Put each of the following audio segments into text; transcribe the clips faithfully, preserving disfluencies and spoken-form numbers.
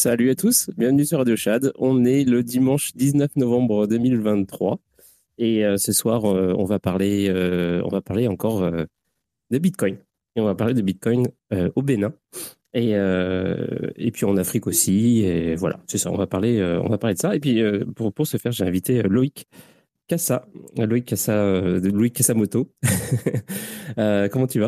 Salut à tous, bienvenue sur Radio Chad. On est le dimanche dix-neuf novembre deux mille vingt-trois et euh, ce soir euh, on va parler, euh, on va parler encore euh, de Bitcoin. Et on va parler de Bitcoin euh, au Bénin et, euh, et puis en Afrique aussi. Et voilà, c'est ça. On va parler, euh, on va parler de ça. Et puis euh, pour, pour ce faire, j'ai invité euh, Loïc Cassa, Loïc Cassa, euh, de Loïc Cassamoto. Euh, comment tu vas?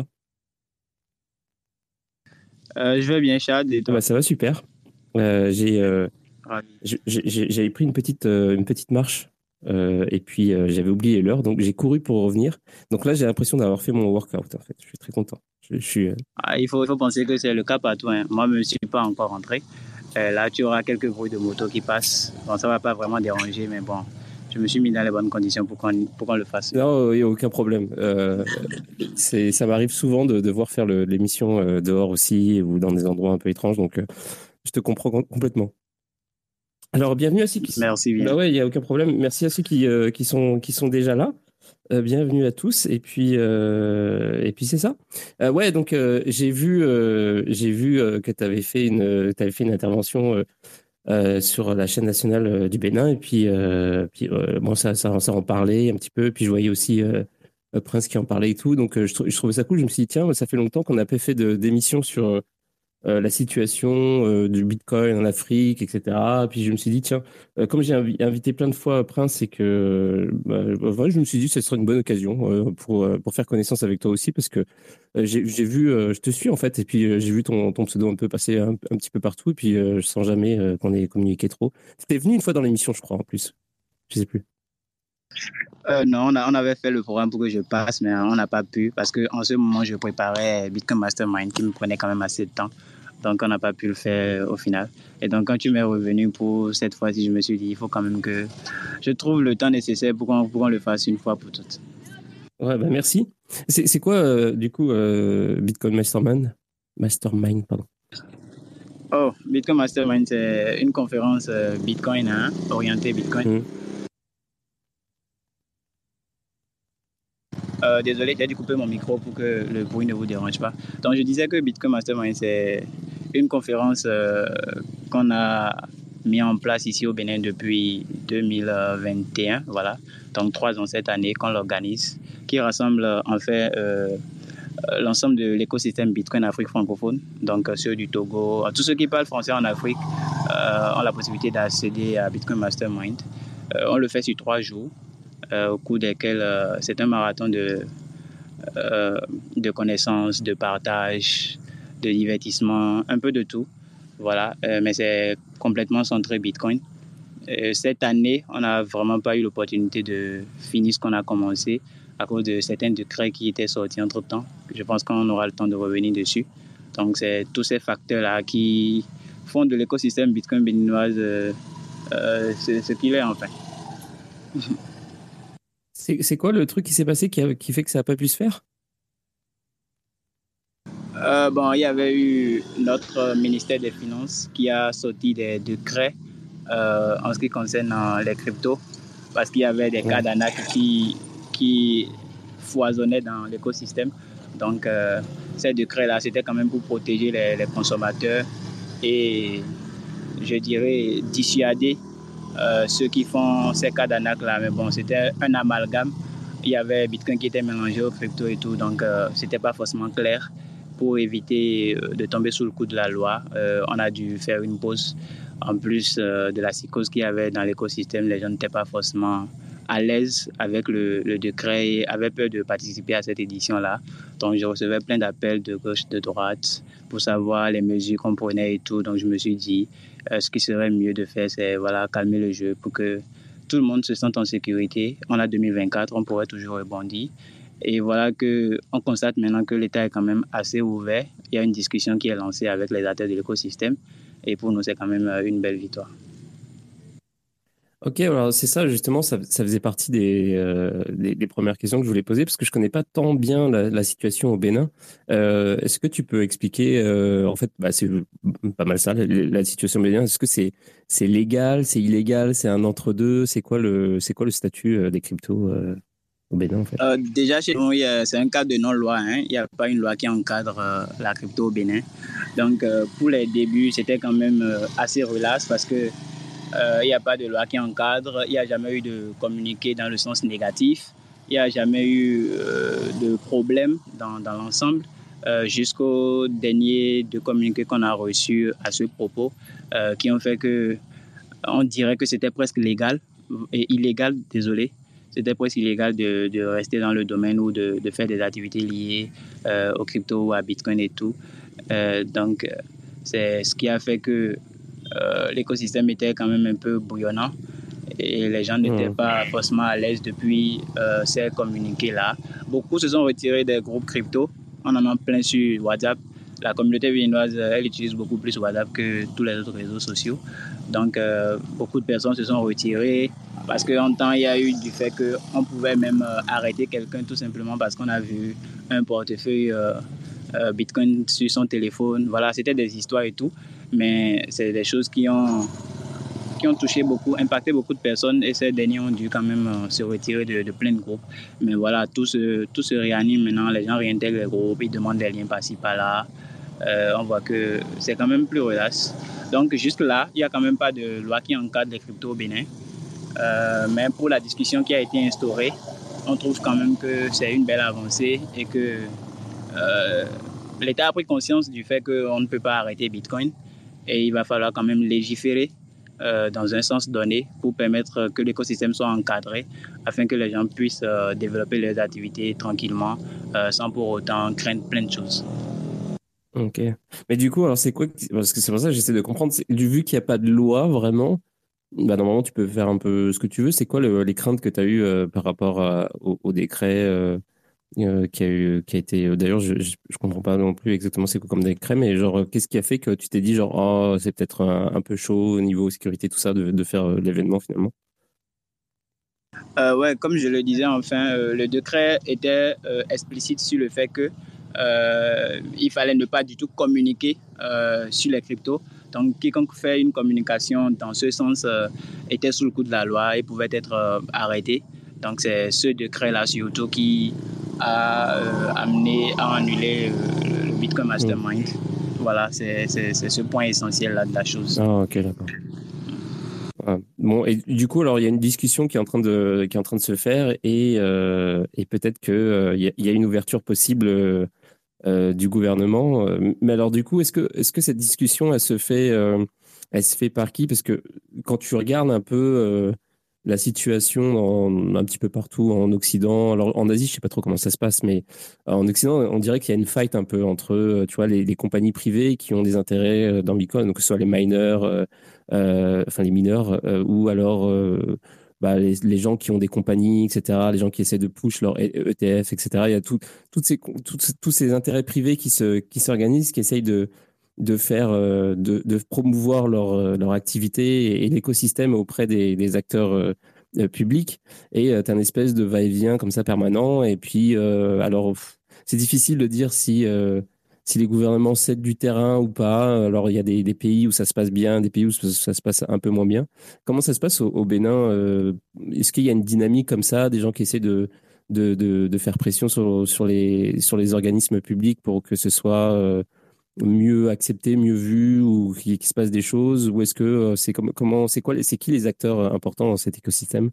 Euh, je vais bien, Chad, et Ah bah, toi? ça va super. Euh, j'ai euh, Ravi. Je- j'ai- j'ai- J'avais pris une petite, euh, une petite marche euh, et puis euh, j'avais oublié l'heure, donc j'ai couru pour revenir. Donc là, j'ai l'impression d'avoir fait mon workout en fait. Je suis très content. Je, je suis, euh, Ah, il faut, il faut penser que c'est le cas partout, hein. Moi, je ne me suis pas encore rentré. Euh, là, tu auras quelques bruits de moto qui passent. Bon, ça ne va pas vraiment déranger, mais bon, je me suis mis dans les bonnes conditions pour qu'on pour qu'on le fasse. Non, il n'y a aucun problème. Euh, c'est, ça m'arrive souvent de devoir faire le- l'émission euh, dehors aussi ou dans des endroits un peu étranges, donc euh, je te comprends com- complètement. Alors, bienvenue à ceux qui... Merci Bah bien. ouais, il n'y a aucun problème. Merci à ceux qui, euh, qui sont, qui sont déjà là. Euh, bienvenue à tous. Et puis, euh, et puis c'est ça. Euh, ouais, donc euh, j'ai vu, euh, j'ai vu euh, que tu avais fait une, t'avais fait une intervention euh, euh, sur la chaîne nationale euh, du Bénin. Et puis, euh, puis euh, bon, ça, ça, ça en parlait un petit peu. Puis je voyais aussi euh, euh, Prince qui en parlait et tout. Donc euh, je, trou- je trouvais ça cool. Je me suis dit, tiens, ça fait longtemps qu'on n'a pas fait de, d'émission sur euh, la situation euh, du Bitcoin en Afrique, et cetera. Puis je me suis dit, tiens, euh, comme j'ai invi- invité plein de fois Prince, et que bah, bah, voilà, je me suis dit, ce serait une bonne occasion euh, pour, euh, pour faire connaissance avec toi aussi, parce que euh, j'ai j'ai vu, euh, je te suis en fait, et puis euh, j'ai vu ton, ton pseudo un peu passer un, un petit peu partout, et puis euh, je sens jamais euh, qu'on ait communiqué trop. C'était venu une fois dans l'émission, je crois, en plus. Je sais plus. Euh, non, on, a- on avait fait le programme pour que je passe, mais on n'a pas pu parce qu'en ce moment, je préparais Bitcoin Mastermind qui me prenait quand même assez de temps. Donc, on n'a pas pu le faire au final. Et donc, quand tu m'es revenu pour cette fois-ci, je me suis dit, il faut quand même que je trouve le temps nécessaire pour qu'on pour qu'on le fasse une fois pour toutes. Ouais, bah merci. C'est c'est quoi, euh, du coup, euh, Bitcoin Mastermind? Mastermind, pardon. Oh, Bitcoin Mastermind, c'est une conférence euh, Bitcoin, hein, orientée Bitcoin. Hmm. Euh, désolé, j'ai dû couper mon micro pour que le bruit ne vous dérange pas. Donc, je disais que Bitcoin Mastermind, c'est une conférence euh, qu'on a mis en place ici au Bénin depuis deux mille vingt et un, voilà. Donc, trois ans cette année qu'on l'organise, qui rassemble en fait euh, l'ensemble de l'écosystème Bitcoin Afrique francophone. Donc, ceux du Togo, tous ceux qui parlent français en Afrique euh, ont la possibilité d'accéder à Bitcoin Mastermind. Euh, on le fait sur trois jours, euh, au cours desquels euh, c'est un marathon de, euh, de connaissances, de partage, de divertissement, un peu de tout. Voilà, euh, mais c'est complètement centré Bitcoin. Euh, cette année, on n'a vraiment pas eu l'opportunité de finir ce qu'on a commencé à cause de certains décrets qui étaient sortis entre-temps. Je pense qu'on aura le temps de revenir dessus. Donc, c'est tous ces facteurs-là qui font de l'écosystème Bitcoin béninoise euh, euh, ce, ce qu'il est enfin. C'est c'est quoi le truc qui s'est passé qui, a- qui fait que ça n'a pas pu se faire? Euh, bon, il y avait eu notre ministère des Finances qui a sorti des décrets euh, en ce qui concerne euh, les cryptos parce qu'il y avait des cas Ouais. d'arnaque qui, qui foisonnaient dans l'écosystème. Donc, euh, ces décrets-là, c'était quand même pour protéger les, les consommateurs et, je dirais, dissuader euh, ceux qui font ces cas d'arnaque-là. Mais bon, c'était un amalgame. Il y avait Bitcoin qui était mélangé au crypto et tout, donc euh, c'était pas forcément clair. Pour éviter euh, de tomber sous le coup de la loi, euh, on a dû faire une pause. En plus euh, de la psychose qu'il y avait dans l'écosystème, les gens n'étaient pas forcément à l'aise avec le, le décret et avaient peur de participer à cette édition-là. Donc, je recevais plein d'appels de gauche, de droite pour savoir les mesures qu'on prenait et tout. Donc, je me suis dit, euh, ce qui serait mieux de faire, c'est voilà, calmer le jeu pour que tout le monde se sente en sécurité. On a deux mille vingt-quatre, on pourrait toujours rebondir. Et voilà qu'on constate maintenant que l'État est quand même assez ouvert. Il y a une discussion qui est lancée avec les acteurs de l'écosystème. Et pour nous, c'est quand même une belle victoire. Ok, alors c'est ça justement, ça, ça faisait partie des, euh, des, des premières questions que je voulais poser parce que je connais pas tant bien la, la situation au Bénin. Euh, est-ce que tu peux expliquer, euh, en fait, bah, c'est pas mal ça, la, la situation au Bénin. Est-ce que c'est c'est légal, c'est illégal, c'est un entre-deux, c'est quoi le c'est quoi le statut euh, des cryptos euh, au Bénin, en fait? Euh, déjà, chez nous, c'est un cadre de non-loi. Hein. Il n'y a pas une loi qui encadre euh, la crypto au Bénin. Donc, euh, pour les débuts, c'était quand même euh, assez relax parce que euh, il n'y a pas de loi qui encadre. Il n'y a jamais eu de communiqué dans le sens négatif. Il n'y a jamais eu euh, de problème dans, dans l'ensemble. Euh, jusqu'au dernier de communiqué qu'on a reçu à ce propos, euh, qui ont fait que on dirait que c'était presque légal et illégal, désolé. C'était presque illégal de, de rester dans le domaine ou de, de faire des activités liées euh, aux crypto ou à Bitcoin et tout. Euh, donc, c'est ce qui a fait que euh, l'écosystème était quand même un peu bouillonnant et les gens n'étaient Mmh. pas forcément à l'aise depuis euh, ces communiqués-là. Beaucoup se sont retirés des groupes crypto. On en a plein sur WhatsApp. La communauté viennoise, elle utilise beaucoup plus WhatsApp que tous les autres réseaux sociaux. Donc, euh, beaucoup de personnes se sont retirées parce qu'en temps, il y a eu du fait qu'on pouvait même euh, arrêter quelqu'un tout simplement parce qu'on a vu un portefeuille euh, euh, Bitcoin sur son téléphone. Voilà, c'était des histoires et tout, mais c'est des choses qui ont qui ont touché beaucoup, impacté beaucoup de personnes et ces derniers ont dû quand même euh, se retirer de, de plein de groupes. Mais voilà, tout se, tout se réanime maintenant, les gens réintègrent les groupes, ils demandent des liens par-ci, par-là. Euh, on voit que c'est quand même plus relax. Donc jusque-là, il n'y a quand même pas de loi qui encadre les cryptos au Bénin. Euh, mais pour la discussion qui a été instaurée, on trouve quand même que c'est une belle avancée et que euh, l'État a pris conscience du fait qu'on ne peut pas arrêter Bitcoin et il va falloir quand même légiférer euh, dans un sens donné pour permettre que l'écosystème soit encadré afin que les gens puissent euh, développer leurs activités tranquillement euh, sans pour autant craindre plein de choses. Ok. Mais du coup, alors c'est quoi que- Parce que c'est pour ça que j'essaie de comprendre. c'est- Du vu qu'il n'y a pas de loi vraiment, bah normalement tu peux faire un peu ce que tu veux. C'est quoi le- les craintes que tu as eues euh, par rapport à- au, au décret euh, euh, qui a eu, qui a été. euh, D'ailleurs, je, je, je comprends pas non plus exactement c'est quoi comme décret, mais genre, euh, qu'est-ce qui a fait que tu t'es dit genre, oh, c'est peut-être un, un peu chaud au niveau sécurité, tout ça, de, de faire euh, l'événement finalement? Euh, ouais, comme je le disais, enfin, euh, le décret était euh, explicite sur le fait que euh, il fallait ne pas du tout communiquer euh, sur les cryptos. Donc, quiconque fait une communication dans ce sens euh, était sous le coup de la loi et pouvait être euh, arrêté. Donc, c'est ce décret-là surtout qui a euh, amené à annuler euh, le Bitcoin Hmm. Mastermind. Voilà, c'est c'est- c'est ce point essentiel-là de la chose. Ah, ok, d'accord. Ah, bon, et du coup, alors il y a une discussion qui est en train de, qui est en train de se faire et, euh, et peut-être que euh, il y, a il y a une ouverture possible euh, euh, du gouvernement. Euh, Mais alors du coup, est-ce que, est-ce que cette discussion, elle se fait, euh, elle se fait par qui? Parce que quand tu regardes un peu euh, la situation dans- un petit peu partout en Occident, alors en Asie, je sais pas trop comment ça se passe, mais euh, en Occident, on dirait qu'il y a une fight un peu entre, euh, tu vois, les, les compagnies privées qui ont des intérêts euh, dans Bitcoin, donc que ce soit les miners, euh, euh, enfin les mineurs, euh, ou alors euh, bah, les, les gens qui ont des compagnies, et cetera, les gens qui essaient de push leur E T F, et cetera. Il y a tout, toutes ces, toutes- tous ces intérêts privés qui se, qui s'organisent, qui essayent de, de faire, euh, de, de promouvoir leur, euh, leur activité et, et l'écosystème auprès des, des acteurs euh, euh, publics. Et tu as une espèce de va-et-vient comme ça permanent. Et puis, euh, alors, pff, c'est difficile de dire si, euh, si les gouvernements cèdent du terrain ou pas. Alors, il y a des, des pays où ça se passe bien, des pays où ça, ça se passe un peu moins bien. Comment ça se passe au, au Bénin? euh, Est-ce qu'il y a une dynamique comme ça, des gens qui essaient de de, de, de faire pression sur, sur les, sur les organismes publics pour que ce soit euh, mieux accepté, mieux vu ou qu'il qu'il se passe des choses? Ou est-ce que euh, c'est comme, comment, c'est quoi, c'est qui les acteurs euh, importants dans cet écosystème?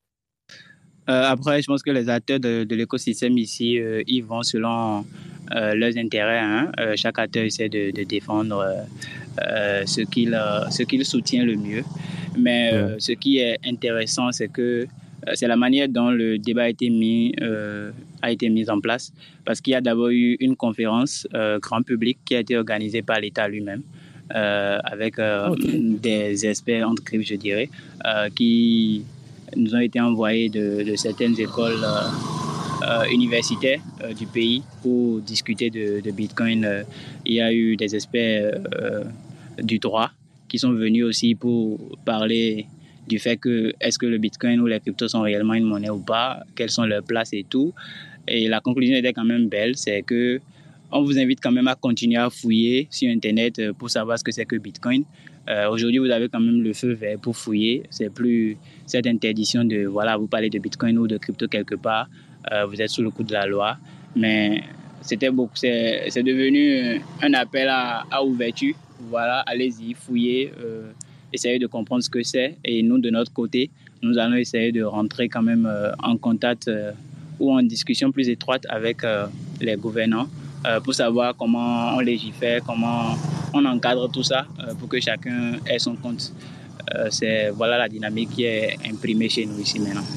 Euh, après, je pense que les acteurs de, de l'écosystème ici, euh, ils vont selon euh, leurs intérêts. Hein. Euh, chaque acteur essaie de, de défendre euh, euh, ce qu'il euh, ce qu'il soutient le mieux. Mais Ouais. euh, ce qui est intéressant, c'est que euh, c'est la manière dont le débat a été mis, euh, a été mis en place. Parce qu'il y a d'abord eu une conférence euh, grand public qui a été organisée par l'État lui-même. Euh, avec euh, Ah, ok. des experts entre griffes, je dirais, euh, qui nous ont été envoyés de, de certaines écoles euh, euh, universitaires euh, du pays pour discuter de, de Bitcoin. Euh, il y a eu des experts euh, du droit qui sont venus aussi pour parler du fait que est-ce que le Bitcoin ou les cryptos sont réellement une monnaie ou pas, quelles sont leurs places et tout. Et la conclusion était quand même belle, c'est que on vous invite quand même à continuer à fouiller sur Internet pour savoir ce que c'est que Bitcoin. Euh, aujourd'hui, vous avez quand même le feu vert pour fouiller. C'est plus cette interdiction de, voilà, vous parlez de Bitcoin ou de crypto quelque part. euh, vous êtes sous le coup de la loi. Mais c'était beaucoup, c'est, c'est devenu un appel à, à ouverture. Voilà, allez-y, fouillez, euh, essayez de comprendre ce que c'est. Et nous, de notre côté, nous allons essayer de rentrer quand même euh, en contact euh, ou en discussion plus étroite avec euh, les gouvernants euh, pour savoir comment on légifère, comment on encadre tout ça euh, pour que chacun ait son compte. Euh, c'est voilà la dynamique qui est imprimée chez nous ici maintenant.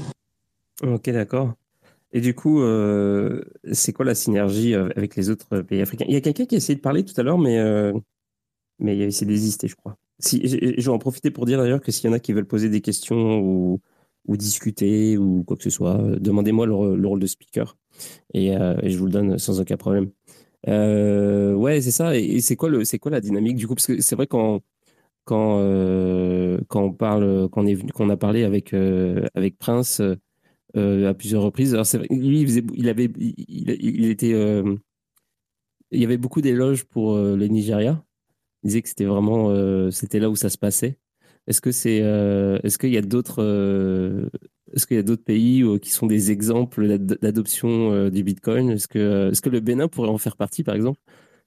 Ok, d'accord. Et du coup, euh, c'est quoi la synergie euh, avec les autres pays africains? Il y a quelqu'un qui a essayé de parler tout à l'heure, mais, euh, mais il a essayé de désister, je crois. Si, je je vais en profiter pour dire d'ailleurs que s'il y en a qui veulent poser des questions ou, ou discuter ou quoi que ce soit, euh, demandez-moi le, re- le rôle de speaker et, euh, et je vous le donne sans aucun problème. Euh, ouais, c'est ça. Et, et c'est quoi le, c'est quoi la dynamique du coup? Parce que c'est vrai quand, quand, euh, quand on parle, quand on est venu, qu'on a parlé avec, euh, avec Prince euh, à plusieurs reprises. Alors c'est vrai, lui, il faisait, il avait, il, il- il était, euh, il y avait beaucoup d'éloges pour euh, le Nigeria. Il disait que c'était vraiment, euh, c'était là où ça se passait. Est-ce que c'est, euh, est-ce qu'il y a d'autres, euh, est-ce qu'il y a d'autres pays euh, qui sont des exemples d'ad- d'adoption euh, du Bitcoin? Est-ce que, est-ce que le Bénin pourrait en faire partie, par exemple?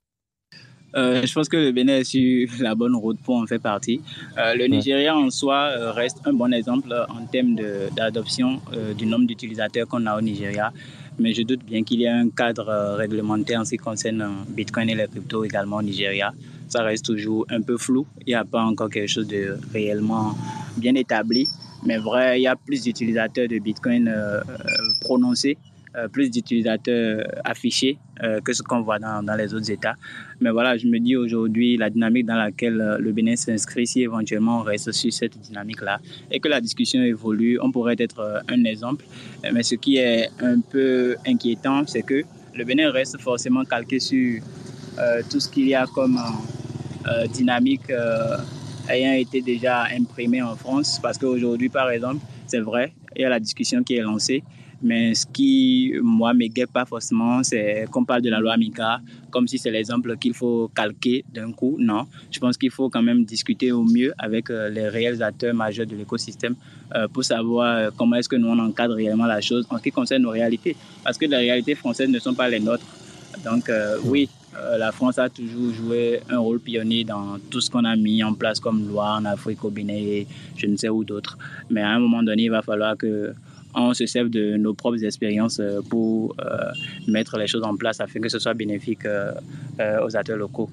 Euh, je pense que le Bénin est sur la bonne route pour en faire partie. Euh, le Ouais. Nigeria en soi euh, reste un bon exemple en termes de, d'adoption euh, du nombre d'utilisateurs qu'on a au Nigeria. Mais je doute bien qu'il y ait un cadre euh, réglementaire en ce qui concerne euh, Bitcoin et les cryptos également au Nigeria. Ça reste toujours un peu flou. Il n'y a pas encore quelque chose de réellement bien établi. Mais vrai, il y a plus d'utilisateurs de Bitcoin euh, euh, prononcés, euh, plus d'utilisateurs affichés euh, que ce qu'on voit dans, dans les autres États. Mais voilà, je me dis aujourd'hui, la dynamique dans laquelle euh, le Bénin s'inscrit, si éventuellement on reste sur cette dynamique-là et que la discussion évolue, on pourrait être euh, un exemple. Mais ce qui est un peu inquiétant, c'est que le Bénin reste forcément calqué sur euh, tout ce qu'il y a comme euh, dynamique euh, ayant été déjà imprimé en France. Parce qu'aujourd'hui, par exemple, c'est vrai, il y a la discussion qui est lancée. Mais ce qui, moi, me guette pas forcément, c'est qu'on parle de la loi MICA comme si c'est l'exemple qu'il faut calquer d'un coup. Non, je pense qu'il faut quand même discuter au mieux avec euh, les réels acteurs majeurs de l'écosystème euh, pour savoir euh, comment est-ce que nous on encadre réellement la chose en ce qui concerne nos réalités. Parce que les réalités françaises ne sont pas les nôtres. Donc euh, Hmm. oui, euh, la France a toujours joué un rôle pionnier dans tout ce qu'on a mis en place comme loi en Afrique, au Bénin et je ne sais où d'autres. Mais à un moment donné, il va falloir que on se serve de nos propres expériences euh, pour euh, mettre les choses en place afin que ce soit bénéfique euh, euh, aux acteurs locaux.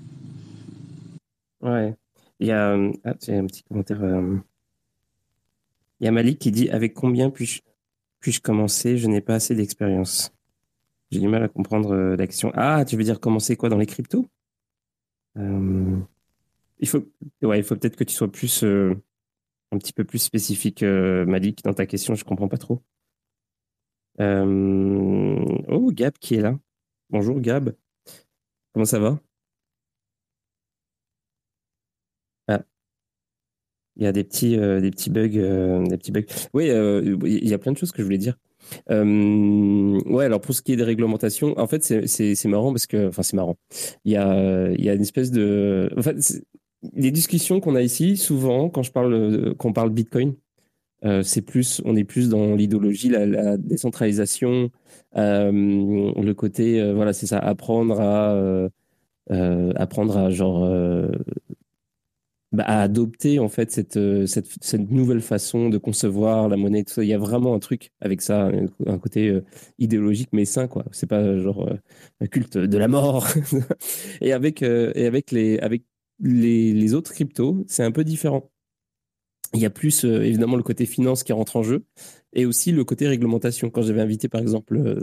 Ouais. Il y a, euh, ah, j'ai un petit commentaire. euh, Il y a Malik qui dit, avec combien puis-je puis-je commencer? Je n'ai pas assez d'expérience. J'ai du mal à comprendre euh, la question. Ah, tu veux dire commencer quoi dans les cryptos? Euh, il faut, ouais, il faut peut-être que tu sois plus, euh, un petit peu plus spécifique, euh, Malik, dans ta question. Je comprends pas trop. Euh, Oh, Gab qui est là. Bonjour Gab. Comment ça va? Ah, il y a des petits, euh, des petits bugs, euh, des petits bugs. Oui, euh, il y a plein de choses que je voulais dire. Euh, ouais, alors pour ce qui est des réglementations, en fait, c'est c'est- c'est marrant parce que, enfin, c'est marrant. Il y a, il y a une espèce de, en fait, c'est- les discussions qu'on a ici, souvent, quand je parle, euh, quand on parle Bitcoin, euh, c'est plus, on est plus dans l'idéologie, la, la décentralisation, euh, le côté, euh, voilà, c'est ça, apprendre à, euh, euh, apprendre à genre euh, bah, à adopter en fait cette, euh, cette, cette nouvelle façon de concevoir la monnaie. Tout ça. Il y a vraiment un truc avec ça, un, un côté euh, idéologique mais sain, quoi. C'est pas euh, genre euh, un culte de la mort. Et avec, euh, et avec, les, avec les, les autres cryptos, c'est un peu différent. Il y a plus euh, évidemment le côté finance qui rentre en jeu et aussi le côté réglementation. Quand j'avais invité par exemple, euh,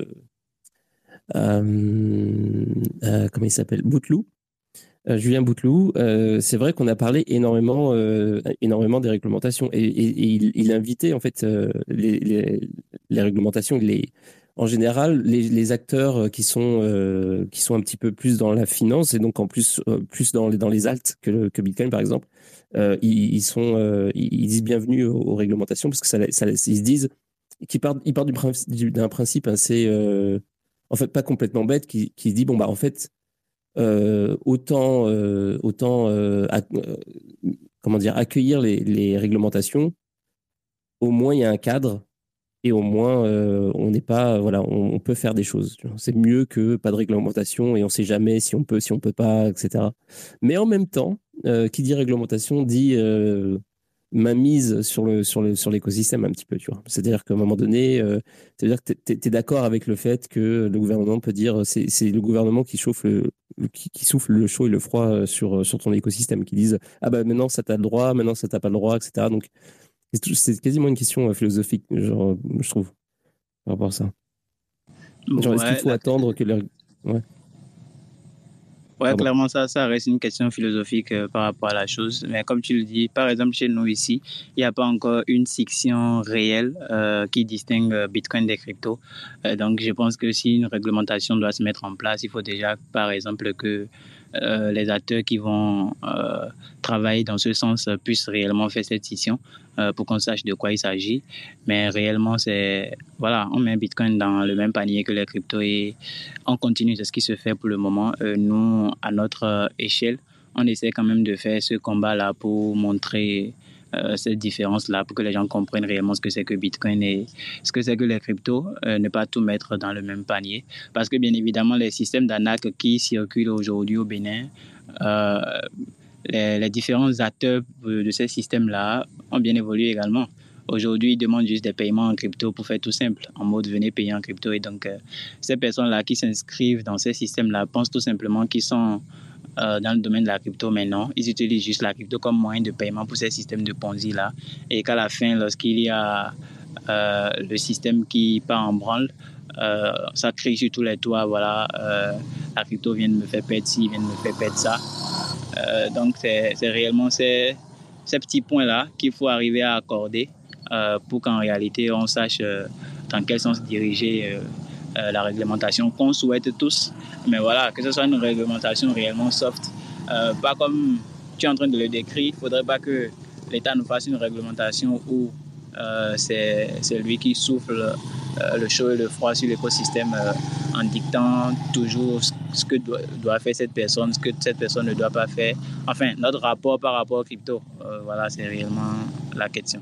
euh, euh, comment il s'appelle, Bouteloup, euh, Julien Bouteloup, euh, c'est vrai qu'on a parlé énormément, euh, énormément des réglementations et, et- et il, il invitait en fait euh, les, les, les réglementations, les, en général, les, les acteurs qui sont, euh, qui sont un petit peu plus dans la finance et donc en plus, euh, plus dans les, dans les alts que, le- que Bitcoin par exemple, euh, ils, ils sont, euh, ils, ils disent bienvenue aux, aux réglementations parce que ça, ça, ils se disent qu'ils partent, ils partent du principe, du- d'un principe assez, euh, en fait, pas complètement bête, qui, qui se dit bon bah en fait euh, autant, euh, autant euh, ac- euh, comment dire, accueillir les, les réglementations. Au moins, il y a un cadre et au moins euh, on n'est pas, voilà, on, on peut faire des choses. C'est mieux que pas de réglementation et on sait jamais si on peut, si on peut pas, et cetera. Mais en même temps, euh, qui dit réglementation dit euh, mainmise sur le sur le sur l'écosystème un petit peu, tu vois. C'est-à-dire qu'à un moment donné, euh, c'est-à-dire que tu es d'accord avec le fait que le gouvernement peut dire c'est c'est le gouvernement qui chauffe le qui, qui souffle le chaud et le froid sur sur ton écosystème, qui disent ah bah maintenant ça t'a le droit, maintenant ça t'a pas le droit, et cetera. Donc c'est c'est quasiment une question euh, philosophique, genre, euh, je trouve, par rapport à ça. Genre, est-ce qu'il Ouais, faut la- attendre que les... Ouais, Ouais, pardon. clairement, ça, ça reste une question philosophique euh, par rapport à la chose. Mais comme tu le dis, par exemple, chez nous ici, il n'y a pas encore une section réelle euh, qui distingue euh, Bitcoin des cryptos. Euh, donc, je pense que si une réglementation doit se mettre en place, il faut déjà, par exemple, que euh, les acteurs qui vont euh, travailler dans ce sens euh, puissent réellement faire cette scission euh, pour qu'on sache de quoi il s'agit. Mais réellement, c'est voilà, on met Bitcoin dans le même panier que les cryptos et on continue, c'est ce qui se fait pour le moment. Euh, nous, à notre euh, échelle, on essaie quand même de faire ce combat-là pour montrer euh, cette différence-là, pour que les gens comprennent réellement ce que c'est que Bitcoin et ce que c'est que les cryptos, euh, ne pas tout mettre dans le même panier. Parce que bien évidemment, les systèmes d'arnaque qui circulent aujourd'hui au Bénin, euh, les, les différents acteurs de ces systèmes-là ont bien évolué également. Aujourd'hui, ils demandent juste des paiements en crypto pour faire tout simple, en mode venez payer en crypto. Et donc, euh, ces personnes-là qui s'inscrivent dans ces systèmes-là pensent tout simplement qu'ils sont euh, dans le domaine de la crypto, mais non, ils utilisent juste la crypto comme moyen de paiement pour ces systèmes de Ponzi-là. Et qu'à la fin, lorsqu'il y a euh, le système qui part en branle, euh, ça crie sur tous les toits, voilà, euh, la crypto vient de me faire perdre ci, vient de me faire perdre ça. Euh, donc, c'est réellement ces, ces petits points-là qu'il faut arriver à accorder euh, pour qu'en réalité, on sache euh, dans quel sens diriger euh, euh, la réglementation qu'on souhaite tous. Mais voilà, que ce soit une réglementation réellement soft, euh, pas comme tu es en train de le décrire, il ne faudrait pas que l'État nous fasse une réglementation où euh, c'est lui qui souffle euh, le chaud et le froid sur l'écosystème euh, en dictant toujours ce que doit, doit faire cette personne, ce que cette personne ne doit pas faire. Enfin, notre rapport par rapport au crypto, euh, voilà, c'est réellement la question.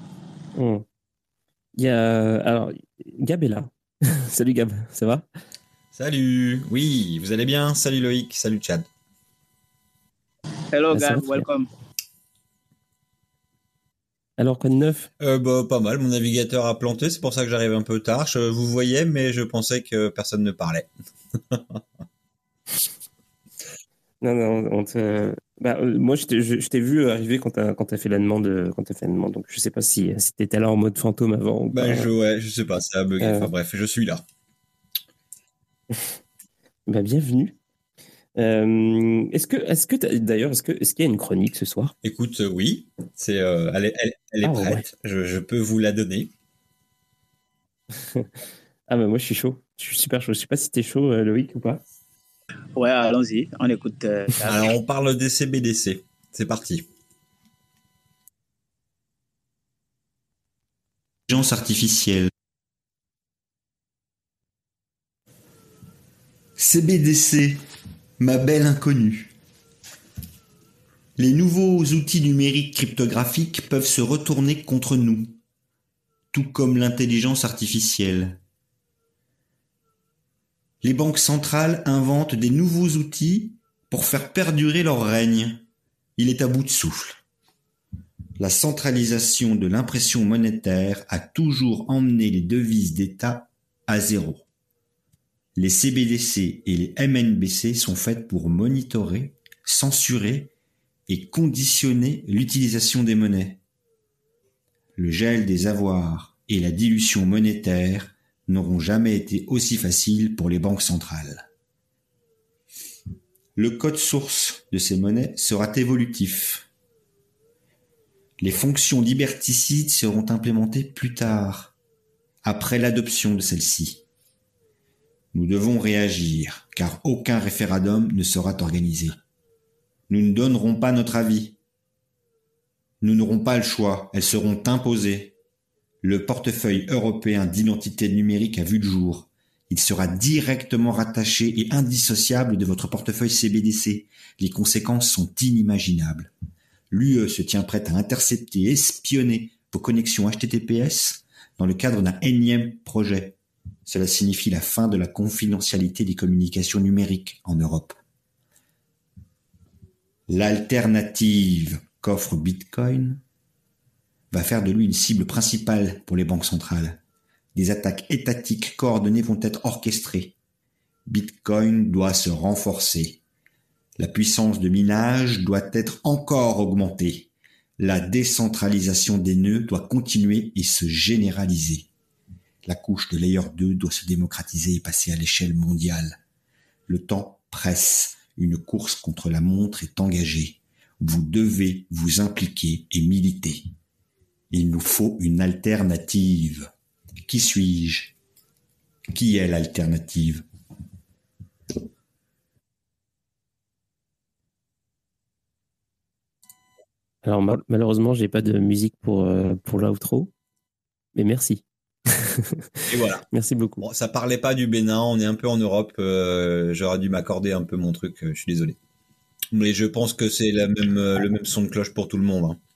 Hmm. Il y a... Alors, Gab est là. Salut Gab, ça va? Salut, oui, vous allez bien? Salut Loïc, salut Chad. Hello, Ah, ça Gab, va très bien. welcome. Alors, quoi de neuf? Euh, bah, pas mal, mon navigateur a planté, c'est pour ça que j'arrive un peu tard. Je vous voyais, mais je pensais que personne ne parlait. Non, non, on te... Bah, euh, moi, je t'ai je- je t'ai vu arriver quand t'as quand t'as fait la demande, euh, quand t'as fait la demande. Donc, je sais pas si, si t'étais là en mode fantôme avant ou Bah, je, pas. ouais, je sais pas, ça a bugué. Euh, Enfin bref, je suis là. Bah, bienvenue. Euh, est-ce que, est-ce que t'as- d'ailleurs, est-ce que, est-ce qu'il y a une chronique ce soir? Écoute, euh, oui, c'est, euh, elle, est, elle, elle est Ah ouais. prête, je, je peux vous la donner. Ah bah moi je suis chaud. Je suis super chaud. Je sais pas si t'es chaud, euh, Loïc, ou pas. Ouais, allons-y, on écoute euh, Gab. Alors, on parle des C B D C. C'est parti. Intelligence artificielle. C B D C, ma belle inconnue. Les nouveaux outils numériques cryptographiques peuvent se retourner contre nous, tout comme l'intelligence artificielle. Les banques centrales inventent des nouveaux outils pour faire perdurer leur règne. Il est à bout de souffle. La centralisation de l'impression monétaire a toujours emmené les devises d'État à zéro. Les C B D C et les M N B C sont faites pour monitorer, censurer et conditionner l'utilisation des monnaies. Le gel des avoirs et la dilution monétaire n'auront jamais été aussi faciles pour les banques centrales. Le code source de ces monnaies sera évolutif. Les fonctions liberticides seront implémentées plus tard, après l'adoption de celles-ci. Nous devons réagir, car aucun référendum ne sera organisé. Nous ne donnerons pas notre avis. Nous n'aurons pas le choix, elles seront imposées. Le portefeuille européen d'identité numérique a vu le jour. Il sera directement rattaché et indissociable de votre portefeuille C B D C. Les conséquences sont inimaginables. L'U E se tient prête à intercepter et espionner vos connexions H T T P S, dans le cadre d'un énième projet. Cela signifie la fin de la confidentialité des communications numériques en Europe. L'alternative qu'offre Bitcoin va faire de lui une cible principale pour les banques centrales. Des attaques étatiques coordonnées vont être orchestrées. Bitcoin doit se renforcer. La puissance de minage doit être encore augmentée. La décentralisation des nœuds doit continuer et se généraliser. La couche de layer deux doit se démocratiser et passer à l'échelle mondiale. Le temps presse. Une course contre la montre est engagée. Vous devez vous impliquer et militer. Il nous faut une alternative. Qui suis-je? Qui est l'alternative? Alors mal- malheureusement, j'ai pas de musique pour, euh, pour l'outro, mais merci. Et voilà. Merci beaucoup. Bon, ça parlait pas du Bénin, on est un peu en Europe, euh, j'aurais dû m'accorder un peu mon truc, euh, je suis désolé. Mais je pense que c'est la même, euh, le même son de cloche pour tout le monde. Hein.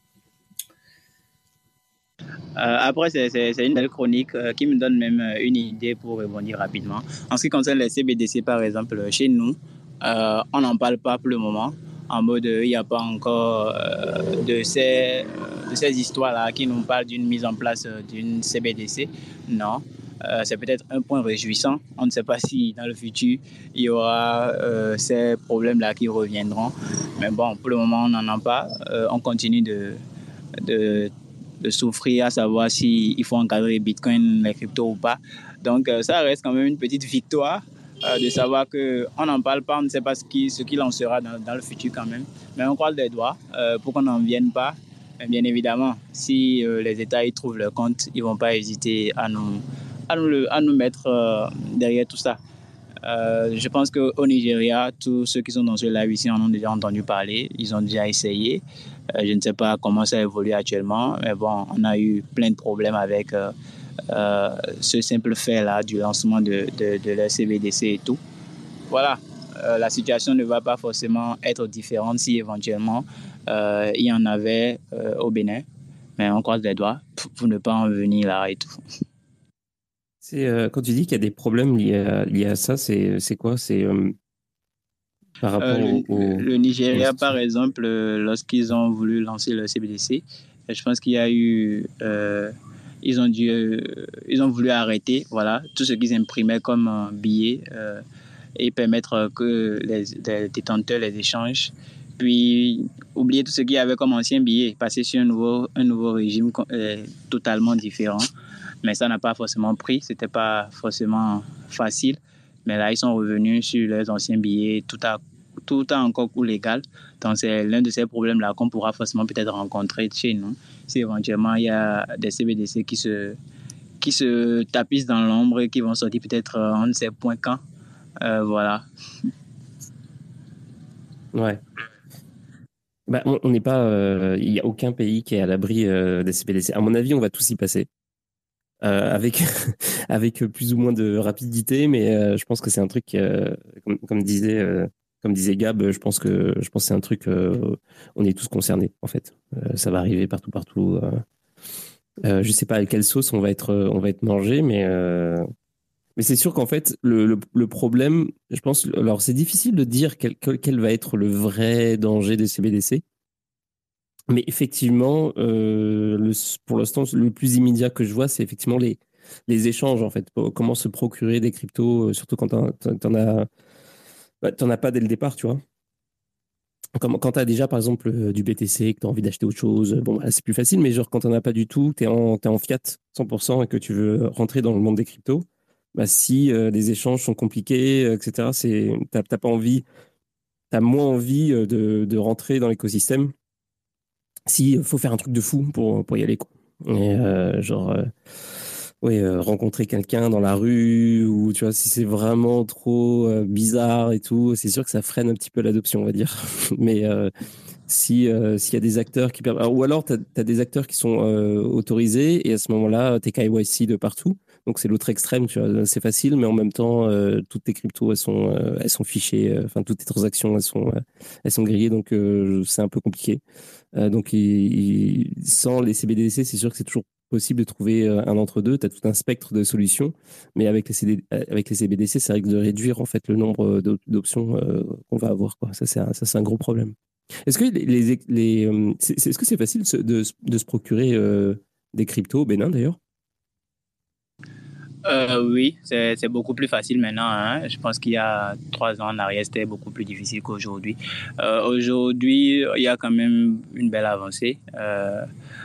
Euh, après, c'est, c'est, c'est une belle chronique euh, qui me donne même euh, une idée pour rebondir rapidement. En ce qui concerne les C B D C, par exemple, chez nous, euh, on n'en parle pas pour le moment. En mode, il n'y a pas encore euh, de ces, euh, de ces histoires-là qui nous parlent d'une mise en place euh, d'une C B D C. Non. Euh, c'est peut-être un point réjouissant. On ne sait pas si dans le futur, il y aura euh, ces problèmes-là qui reviendront. Mais bon, pour le moment, on n'en a pas. Euh, on continue de, de, de souffrir à savoir s'il faut encadrer Bitcoin, les cryptos ou pas. Donc, euh, ça reste quand même une petite victoire euh, de savoir qu'on n'en parle pas, on ne sait pas ce qu'il ce qu'il en sera dans, dans le futur quand même. Mais on croise les doigts euh, pour qu'on n'en vienne pas. Mais bien évidemment, si euh, les États y trouvent leur compte, ils ne vont pas hésiter à nous, à nous, le, à nous mettre euh, derrière tout ça. Euh, je pense qu'au Nigeria, tous ceux qui sont dans ce live ici en ont déjà entendu parler, ils ont déjà essayé. Euh, je ne sais pas comment ça évolue actuellement, mais bon, on a eu plein de problèmes avec euh, euh, ce simple fait-là du lancement de, de, de la C B D C et tout. Voilà, euh, la situation ne va pas forcément être différente si éventuellement euh, il y en avait euh, au Bénin, mais on croise les doigts pour, pour ne pas en venir là et tout. C'est, euh, quand tu dis qu'il y a des problèmes liés à, liés à ça, c'est, c'est quoi? C'est euh, par rapport Euh, le, au, au, le Nigeria, au... par exemple, euh, lorsqu'ils ont voulu lancer le C B D C, je pense qu'il y a eu... Euh, ils ont dû... Euh, ils ont voulu arrêter, voilà, tout ce qu'ils imprimaient comme un billet euh, et permettre que les, les détenteurs les échangent. Puis, oublier tout ce qu'il y avait comme ancien billet, passer sur un nouveau, un nouveau régime euh, totalement différent. Mais ça n'a pas forcément pris, c'était pas forcément facile. Mais là, ils sont revenus sur leurs anciens billets, tout a, tout a encore cours légal. Donc, c'est l'un de ces problèmes-là qu'on pourra forcément peut-être rencontrer chez nous. Si éventuellement, il y a des C B D C qui se, qui se tapissent dans l'ombre et qui vont sortir peut-être on ne sait point quand. Euh, voilà. Ouais. Bah, on n'est pas... Il euh, n'y a aucun pays qui est à l'abri euh, des C B D C. À mon avis, on va tous y passer. Euh, avec, avec plus ou moins de rapidité, mais euh, je pense que c'est un truc, euh, comme, comme, disait, euh, comme disait Gab, je pense que, je pense que c'est un truc, euh, on est tous concernés, en fait. Euh, ça va arriver partout, partout. Euh, euh, je sais pas à quelle sauce on va être, on va être mangé, mais, euh, mais c'est sûr qu'en fait, le, le, le problème, je pense, alors c'est difficile de dire quel, quel va être le vrai danger des C B D C. Mais effectivement, euh, le, pour l'instant, le plus immédiat que je vois, c'est effectivement les, les échanges, en fait. Comment se procurer des cryptos, surtout quand t'en as, bah, t'en as pas dès le départ, tu vois. Comme, quand tu as déjà, par exemple, du B T C, que tu as envie d'acheter autre chose, bon, bah, c'est plus facile, mais genre quand t'en as pas du tout, tu es en, t'es en fiat cent pour cent et que tu veux rentrer dans le monde des cryptos, bah, si euh, les échanges sont compliqués, et cetera, c'est, t'as, t'as pas envie, t'as moins envie de, de rentrer dans l'écosystème. Si faut faire un truc de fou pour, pour y aller, quoi. Et euh, genre, euh, ouais, euh, rencontrer quelqu'un dans la rue, ou tu vois, si c'est vraiment trop euh, bizarre et tout, c'est sûr que ça freine un petit peu l'adoption, on va dire. Mais euh, si, euh, s'il y a des acteurs qui permettent. Ou alors, tu as des acteurs qui sont euh, autorisés, et à ce moment-là, t'es K Y C de partout. Donc, c'est l'autre extrême, tu vois. C'est facile, mais en même temps, euh, toutes tes cryptos, elles sont, euh, elles sont fichées. Enfin, euh, toutes tes transactions, elles sont, euh, elles sont grillées. Donc, euh, c'est un peu compliqué. Euh, donc, il, il, sans les C B D C, c'est sûr que c'est toujours possible de trouver un entre-deux. Tu as tout un spectre de solutions, mais avec les, C D, avec les C B D C, ça risque de réduire en fait le nombre d'options euh, qu'on va avoir, quoi. Ça, c'est un, ça, c'est un gros problème. Est-ce que les, les, les c'est, est-ce que c'est facile de, de, de se procurer euh, des cryptos au Bénin d'ailleurs? Euh, oui, c'est, c'est beaucoup plus facile maintenant, hein. Je pense qu'il y a trois ans en arrière, c'était beaucoup plus difficile qu'aujourd'hui. Euh, aujourd'hui, il y a quand même une belle avancée. Euh,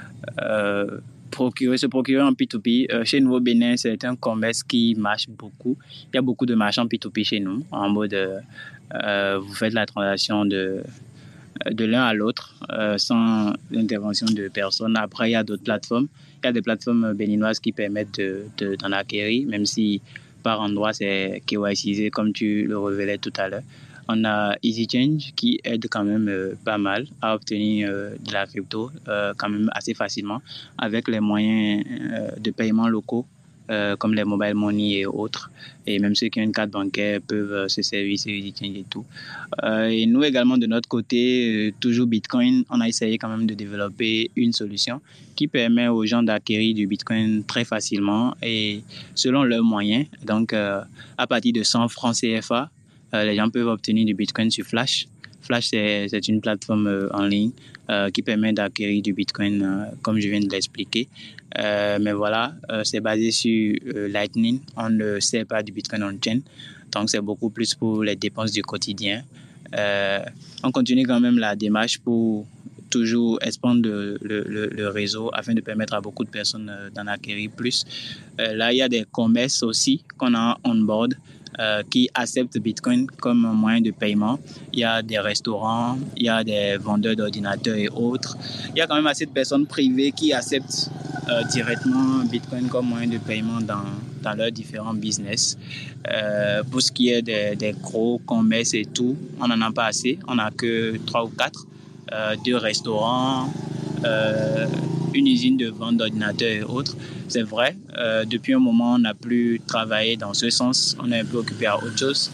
euh, procurer, se procurer en P deux P. Euh, chez nous au Bénin, c'est un commerce qui marche beaucoup. Il y a beaucoup de marchands P deux P chez nous, en mode euh, vous faites la transaction de de l'un à l'autre euh, sans l'intervention de personne. Après, il y a d'autres plateformes. Il y a des plateformes béninoises qui permettent de, de, d'en acquérir, même si par endroit c'est K Y C, comme tu le révélais tout à l'heure. On a EasyChange qui aide quand même euh, pas mal à obtenir euh, de la crypto euh, quand même assez facilement avec les moyens euh, de paiement locaux euh, comme les mobile money et autres. Et même ceux qui ont une carte bancaire peuvent euh, se servir sur EasyChange et tout. Euh, et nous également, de notre côté, euh, toujours Bitcoin, on a essayé quand même de développer une solution qui permet aux gens d'acquérir du Bitcoin très facilement et selon leurs moyens. Donc, euh, à partir de cent francs C F A, euh, les gens peuvent obtenir du Bitcoin sur Flash. Flash, c'est, c'est une plateforme euh, en ligne euh, qui permet d'acquérir du Bitcoin, euh, comme je viens de l'expliquer. Euh, mais voilà, euh, c'est basé sur euh, Lightning. On ne sert pas du Bitcoin on-chain. Donc, c'est beaucoup plus pour les dépenses du quotidien. Euh, on continue quand même la démarche pour toujours expandre le, le, le réseau afin de permettre à beaucoup de personnes d'en acquérir plus. Euh, là, il y a des commerces aussi qu'on a on board euh, qui acceptent Bitcoin comme moyen de paiement. Il y a des restaurants, il y a des vendeurs d'ordinateurs et autres. Il y a quand même assez de personnes privées qui acceptent euh, directement Bitcoin comme moyen de paiement dans, dans leurs différents business. Euh, pour ce qui est des, des gros commerces et tout, on n'en a pas assez. On n'a que trois ou quatre. Euh, deux restaurants, euh, une usine de vente d'ordinateurs et autres. C'est vrai, euh, depuis un moment, on n'a plus travaillé dans ce sens. On est un peu occupé à autre chose.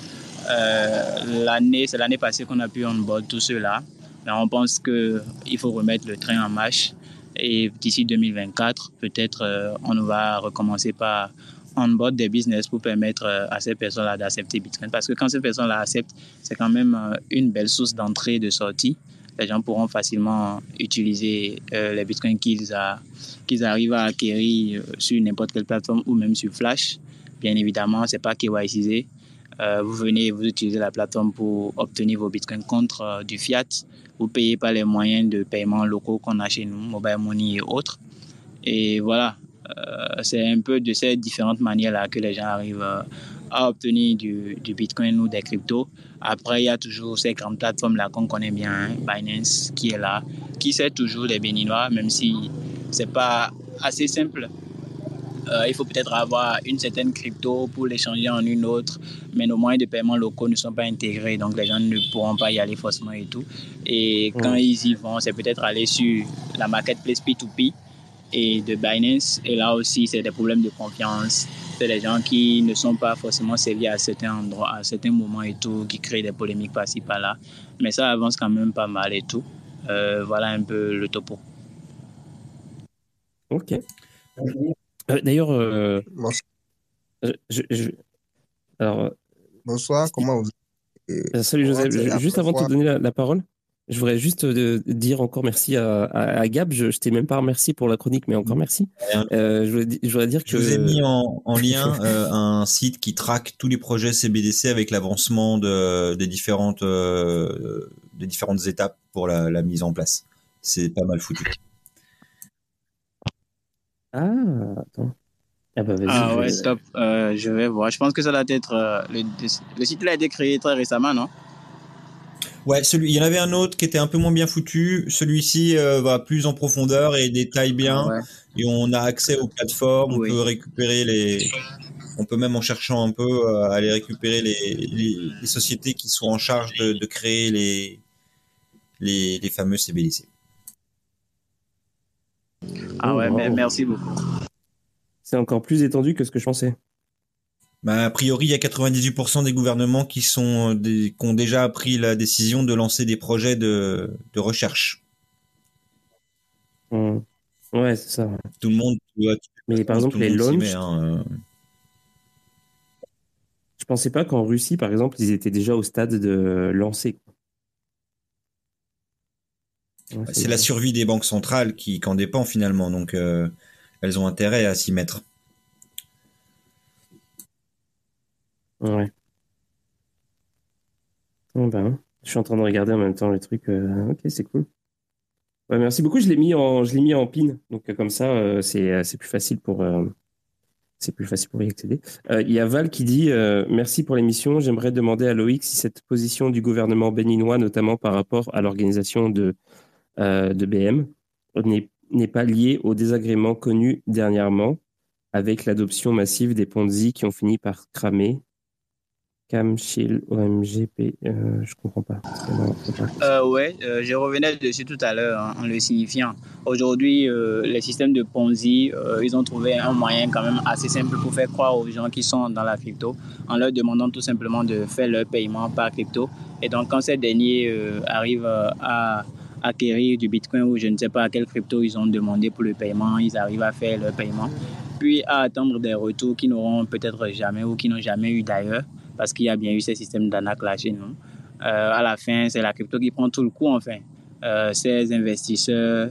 Euh, l'année, c'est l'année passée qu'on a pu onboard tout cela. Mais on pense qu'il faut remettre le train en marche. Et d'ici deux mille vingt-quatre, peut-être euh, on va recommencer par onboard des business pour permettre euh, à ces personnes-là d'accepter Bitcoin. Parce que quand ces personnes-là acceptent, c'est quand même euh, une belle source d'entrée et de sortie. Les gens pourront facilement utiliser euh, les bitcoins qu'ils, a, qu'ils arrivent à acquérir sur n'importe quelle plateforme ou même sur Flash. Bien évidemment, ce n'est pas K Y C. Euh, vous venez et vous utilisez la plateforme pour obtenir vos bitcoins contre euh, du fiat. Vous ne payez pas les moyens de paiement locaux qu'on a chez nous, mobile money et autres. Et voilà, euh, c'est un peu de ces différentes manières-là que les gens arrivent euh, à obtenir du, du Bitcoin ou des cryptos. Après, il y a toujours ces grandes plateformes-là qu'on connaît bien, hein, Binance qui est là, qui sert toujours les Béninois, même si ce n'est pas assez simple. Euh, il faut peut-être avoir une certaine crypto pour l'échanger en une autre, mais nos moyens de paiement locaux ne sont pas intégrés, donc les gens ne pourront pas y aller forcément et tout. Et quand mmh. ils y vont, c'est peut-être aller sur la marketplace P deux P et de Binance, et là aussi, c'est des problèmes de confiance. C'est des gens qui ne sont pas forcément servis à certains endroits, à certains moments et tout, qui créent des polémiques par-ci, par-là. Mais ça avance quand même pas mal et tout. Euh, voilà un peu le topo. Ok. Euh, d'ailleurs, euh, je, je, je, alors, bonsoir, comment vous euh, salut Joseph, je, juste avant fois... de te donner la, la parole, je voudrais juste euh, dire encore merci à, à, à Gab. Je, je t'ai même pas remercié pour la chronique, mais encore merci. Euh, je, voudrais, je voudrais dire que... Je vous ai mis en, en lien euh, un site qui traque tous les projets C B D C avec l'avancement de, des, différentes, euh, des différentes étapes pour la, la mise en place. C'est pas mal foutu. Ah, attends. Ah, bah, vas-y, ah ouais, vais... top. Euh, je vais voir. Je pense que ça doit être... Euh, le, le site là a été créé très récemment, non? Ouais, celui, il y en avait un autre qui était un peu moins bien foutu. Celui-ci euh, va plus en profondeur et détaille bien. Ah ouais. Et on a accès aux plateformes. Oui. On peut récupérer les... On peut même en cherchant un peu euh, aller récupérer les, les, les sociétés qui sont en charge de, de créer les, les, les fameux C B D C. Ah ouais, oh, wow. Merci beaucoup. C'est encore plus étendu que ce que je pensais. Bah, a priori, il y a quatre-vingt-dix-huit pour cent des gouvernements qui sont des, qui ont déjà pris la décision de lancer des projets de, de recherche. Mmh. Ouais, c'est ça. Ouais. Tout le monde, ouais, mais par exemple, les launchs, hein, euh... je pensais pas qu'en Russie, par exemple, ils étaient déjà au stade de lancer. Ouais, c'est, c'est la survie des banques centrales qui, qui en dépend finalement, donc euh, elles ont intérêt à s'y mettre. Ouais. Oh ben, je suis en train de regarder en même temps le truc. Euh... Ok, c'est cool. Ouais, merci beaucoup. Je l'ai mis en, je l'ai mis en pin, donc euh, comme ça, euh, c'est, c'est plus facile pour, euh, c'est plus facile pour y accéder. Euh, Il y a Val qui dit euh, merci pour l'émission. J'aimerais demander à Loïc si cette position du gouvernement béninois, notamment par rapport à l'organisation de euh, de B M, n'est n'est pas liée au désagrément connu dernièrement avec l'adoption massive des Ponzi qui ont fini par cramer. Camchill, O M G P, euh, je comprends pas. Euh, ouais, euh, je revenais dessus tout à l'heure hein, en le signifiant. Aujourd'hui, euh, les systèmes de Ponzi, euh, ils ont trouvé un moyen quand même assez simple pour faire croire aux gens qui sont dans la crypto en leur demandant tout simplement de faire leur paiement par crypto. Et donc, quand ces derniers euh, arrivent à acquérir du Bitcoin ou je ne sais pas à quelle crypto ils ont demandé pour le paiement, ils arrivent à faire leur paiement, puis à attendre des retours qu'ils n'auront peut-être jamais ou qui n'ont jamais eu d'ailleurs, parce qu'il y a bien eu ces systèmes d'arnaque là chez nous. Euh, à la fin, c'est la crypto qui prend tout le coup, enfin. Euh, ces investisseurs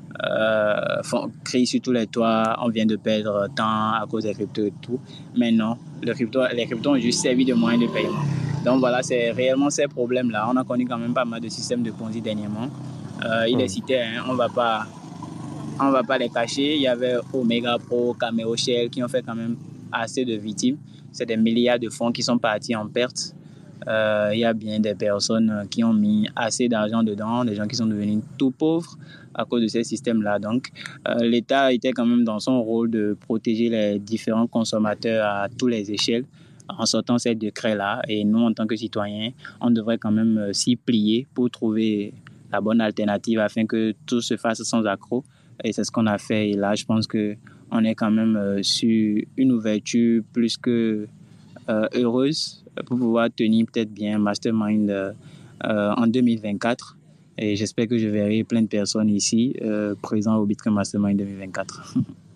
euh, font, crient sur tous les toits, on vient de perdre temps à cause des cryptos et tout. Mais non, le crypto, les cryptos ont juste servi de moyen de paiement. Donc voilà, c'est réellement ces problèmes-là. On a connu quand même pas mal de systèmes de Ponzi dernièrement. Euh, il est cité, hein, on va pas, on va pas les cacher. Il y avait Omega Pro, Cameo Shell qui ont fait quand même assez de victimes. C'est des milliards de fonds qui sont partis en perte. Euh, il y a bien des personnes qui ont mis assez d'argent dedans, des gens qui sont devenus tout pauvres à cause de ces systèmes-là. Donc, euh, l'État était quand même dans son rôle de protéger les différents consommateurs à toutes les échelles en sortant ces décrets-là. Et nous, en tant que citoyens, on devrait quand même euh, s'y plier pour trouver la bonne alternative afin que tout se fasse sans accroc. Et c'est ce qu'on a fait. Et là, je pense qu'on est quand même euh, sur une ouverture plus que euh, heureuse pour pouvoir tenir peut-être bien Mastermind euh, euh, en deux mille vingt-quatre. Et j'espère que je verrai plein de personnes ici euh, présentes au Bitcoin Mastermind deux mille vingt-quatre.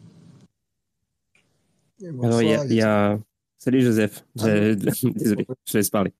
Alors, il y a, y a... Salut Joseph. Désolé, je te laisse parler.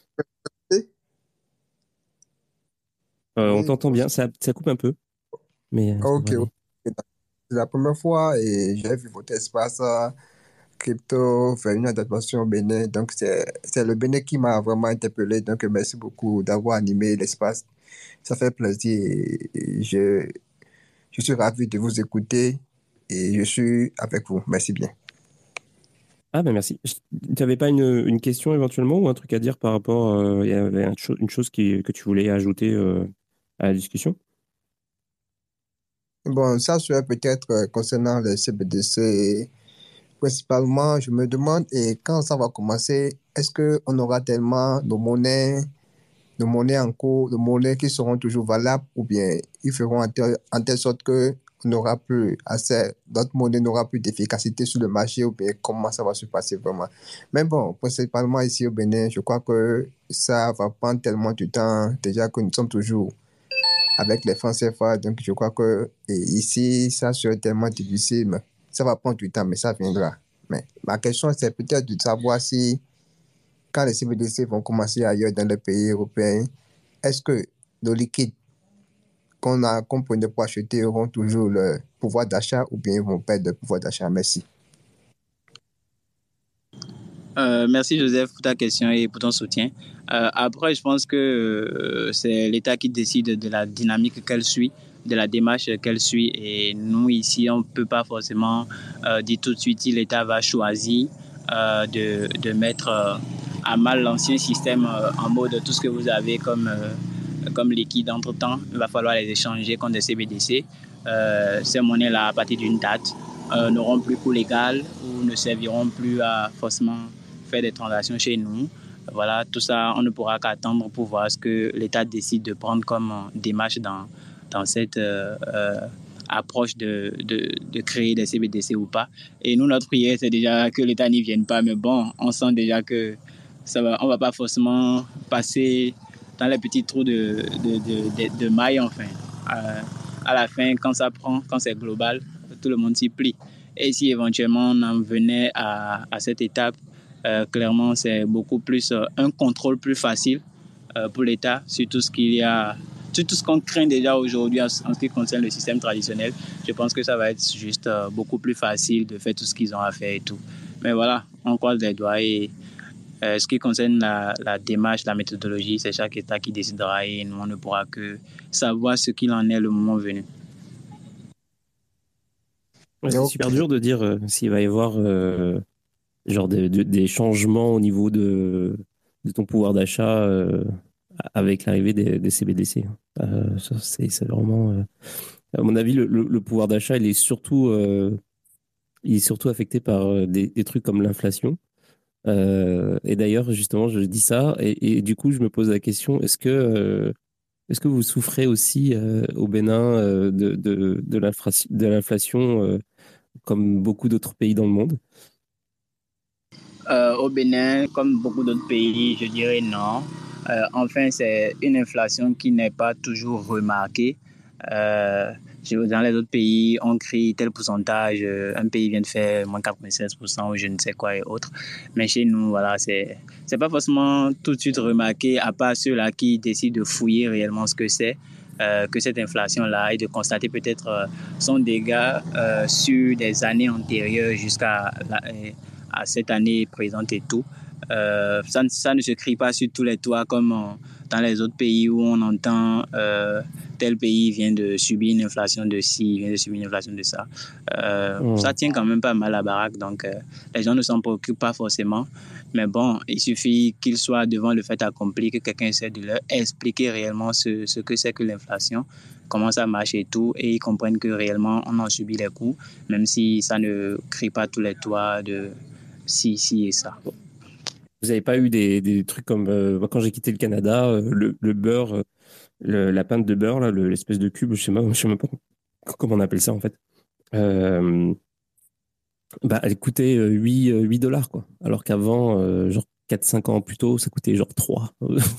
Euh, oui, on t'entend bien, ça, ça coupe un peu. Mais, ok, okay. C'est la première fois et j'ai vu votre espace crypto faire une adaptation au Bénin. Donc, c'est, c'est le Bénin qui m'a vraiment interpellé. Donc, merci beaucoup d'avoir animé l'espace. Ça fait plaisir. Et je, je suis ravi de vous écouter et je suis avec vous. Merci bien. Ah ben merci. Tu n'avais pas une, une question éventuellement ou un truc à dire par rapport, euh, il y avait un cho- une chose qui, que tu voulais ajouter euh, à la discussion? Bon, ça serait peut-être euh, concernant le C B D C. Principalement, je me demande, et quand ça va commencer, est-ce qu'on aura tellement de monnaies, de monnaies en cours, de monnaies qui seront toujours valables, ou bien ils feront en telle, en telle sorte que on n'aura plus assez, d'autres monnaies n'aura plus d'efficacité sur le marché, ou bien comment ça va se passer vraiment. Mais bon, principalement ici au Bénin, je crois que ça va prendre tellement de temps, déjà que nous sommes toujours avec les francs C F A, donc je crois que et ici, ça serait tellement difficile, mais ça va prendre du temps, mais ça viendra. Mais ma question, c'est peut-être de savoir si, quand les C B D C vont commencer ailleurs dans les pays européens, est-ce que nos liquides qu'on a, qu'on prenait pour acheter auront toujours le pouvoir d'achat ou bien ils vont perdre le pouvoir d'achat? Merci. Euh, merci Joseph pour ta question et pour ton soutien. Euh, après, je pense que euh, c'est l'État qui décide de la dynamique qu'elle suit, de la démarche qu'elle suit. Et nous, ici, on ne peut pas forcément euh, dire tout de suite si l'État va choisir euh, de, de mettre euh, à mal l'ancien système euh, en mode tout ce que vous avez comme, euh, comme liquide entre-temps. Il va falloir les échanger contre des C B D C. Euh, ces monnaies-là, à partir d'une date, euh, n'auront plus cours légal ou ne serviront plus à forcément faire des transactions chez nous. Voilà, tout ça, on ne pourra qu'attendre pour voir ce que l'État décide de prendre comme démarche dans, dans cette euh, euh, approche de, de, de créer des C B D C ou pas. Et nous, notre prière, c'est déjà que l'État n'y vienne pas. Mais bon, on sent déjà que ça va, on ne va pas forcément passer dans les petits trous de, de, de, de, de mailles, enfin. Euh, à la fin, quand ça prend, quand c'est global, tout le monde s'y plie. Et si éventuellement on en venait à, à cette étape, euh, clairement, c'est beaucoup plus euh, un contrôle plus facile euh, pour l'État sur tout ce qu'il y a, sur tout ce qu'on craint déjà aujourd'hui en, en ce qui concerne le système traditionnel. Je pense que ça va être juste euh, beaucoup plus facile de faire tout ce qu'ils ont à faire et tout. Mais voilà, on croise les doigts et euh, ce qui concerne la, la démarche, la méthodologie, c'est chaque État qui décidera et nous, on ne pourra que savoir ce qu'il en est le moment venu. Ouais, c'est super dur de dire euh, s'il va y avoir euh, genre de, de, des changements au niveau de, de ton pouvoir d'achat euh, avec l'arrivée des, des C B D C. Euh, ça, c'est, c'est vraiment, euh, à mon avis, le, le, le pouvoir d'achat, il est surtout, euh, il est surtout affecté par euh, des, des trucs comme l'inflation. Euh, et d'ailleurs, justement, je dis ça et, et du coup, je me pose la question, est-ce que euh, est-ce que vous souffrez aussi euh, au Bénin euh, de, de, de, l'inflation, de l'inflation euh, comme beaucoup d'autres pays dans le monde? Euh, au Bénin, comme beaucoup d'autres pays, je dirais non. Euh, enfin, c'est une inflation qui n'est pas toujours remarquée. Euh, dans les autres pays, on crie tel pourcentage, euh, un pays vient de faire moins quatre-vingt-seize pour cent ou je ne sais quoi et autres. Mais chez nous, voilà, c'est, c'est pas forcément tout de suite remarqué, à part ceux-là qui décident de fouiller réellement ce que c'est. Euh, que cette inflation-là et de constater peut-être euh, son dégât euh, sur des années antérieures jusqu'à la, à cette année présente et tout. Euh, ça, ça ne se crie pas sur tous les toits comme euh, dans les autres pays où on entend euh, tel pays vient de subir une inflation de ci, vient de subir une inflation de ça. Euh, mmh. Ça tient quand même pas mal la baraque, donc euh, les gens ne s'en préoccupent pas forcément. Mais bon, il suffit qu'ils soient devant le fait accompli, que quelqu'un essaie de leur expliquer réellement ce, ce que c'est que l'inflation, comment ça marche et tout, et ils comprennent que réellement on en subit les coûts, même si ça ne crie pas tous les toits de si, si et ça. Vous n'avez pas eu des, des trucs comme euh, quand j'ai quitté le Canada, euh, le, le beurre, euh, le, la pinte de beurre, là, le, l'espèce de cube, je sais même, je sais même pas comment on appelle ça en fait. Euh, bah, elle coûtait euh, huit dollars, quoi. Alors qu'avant, euh, genre quatre cinq ans plus tôt, ça coûtait genre trois.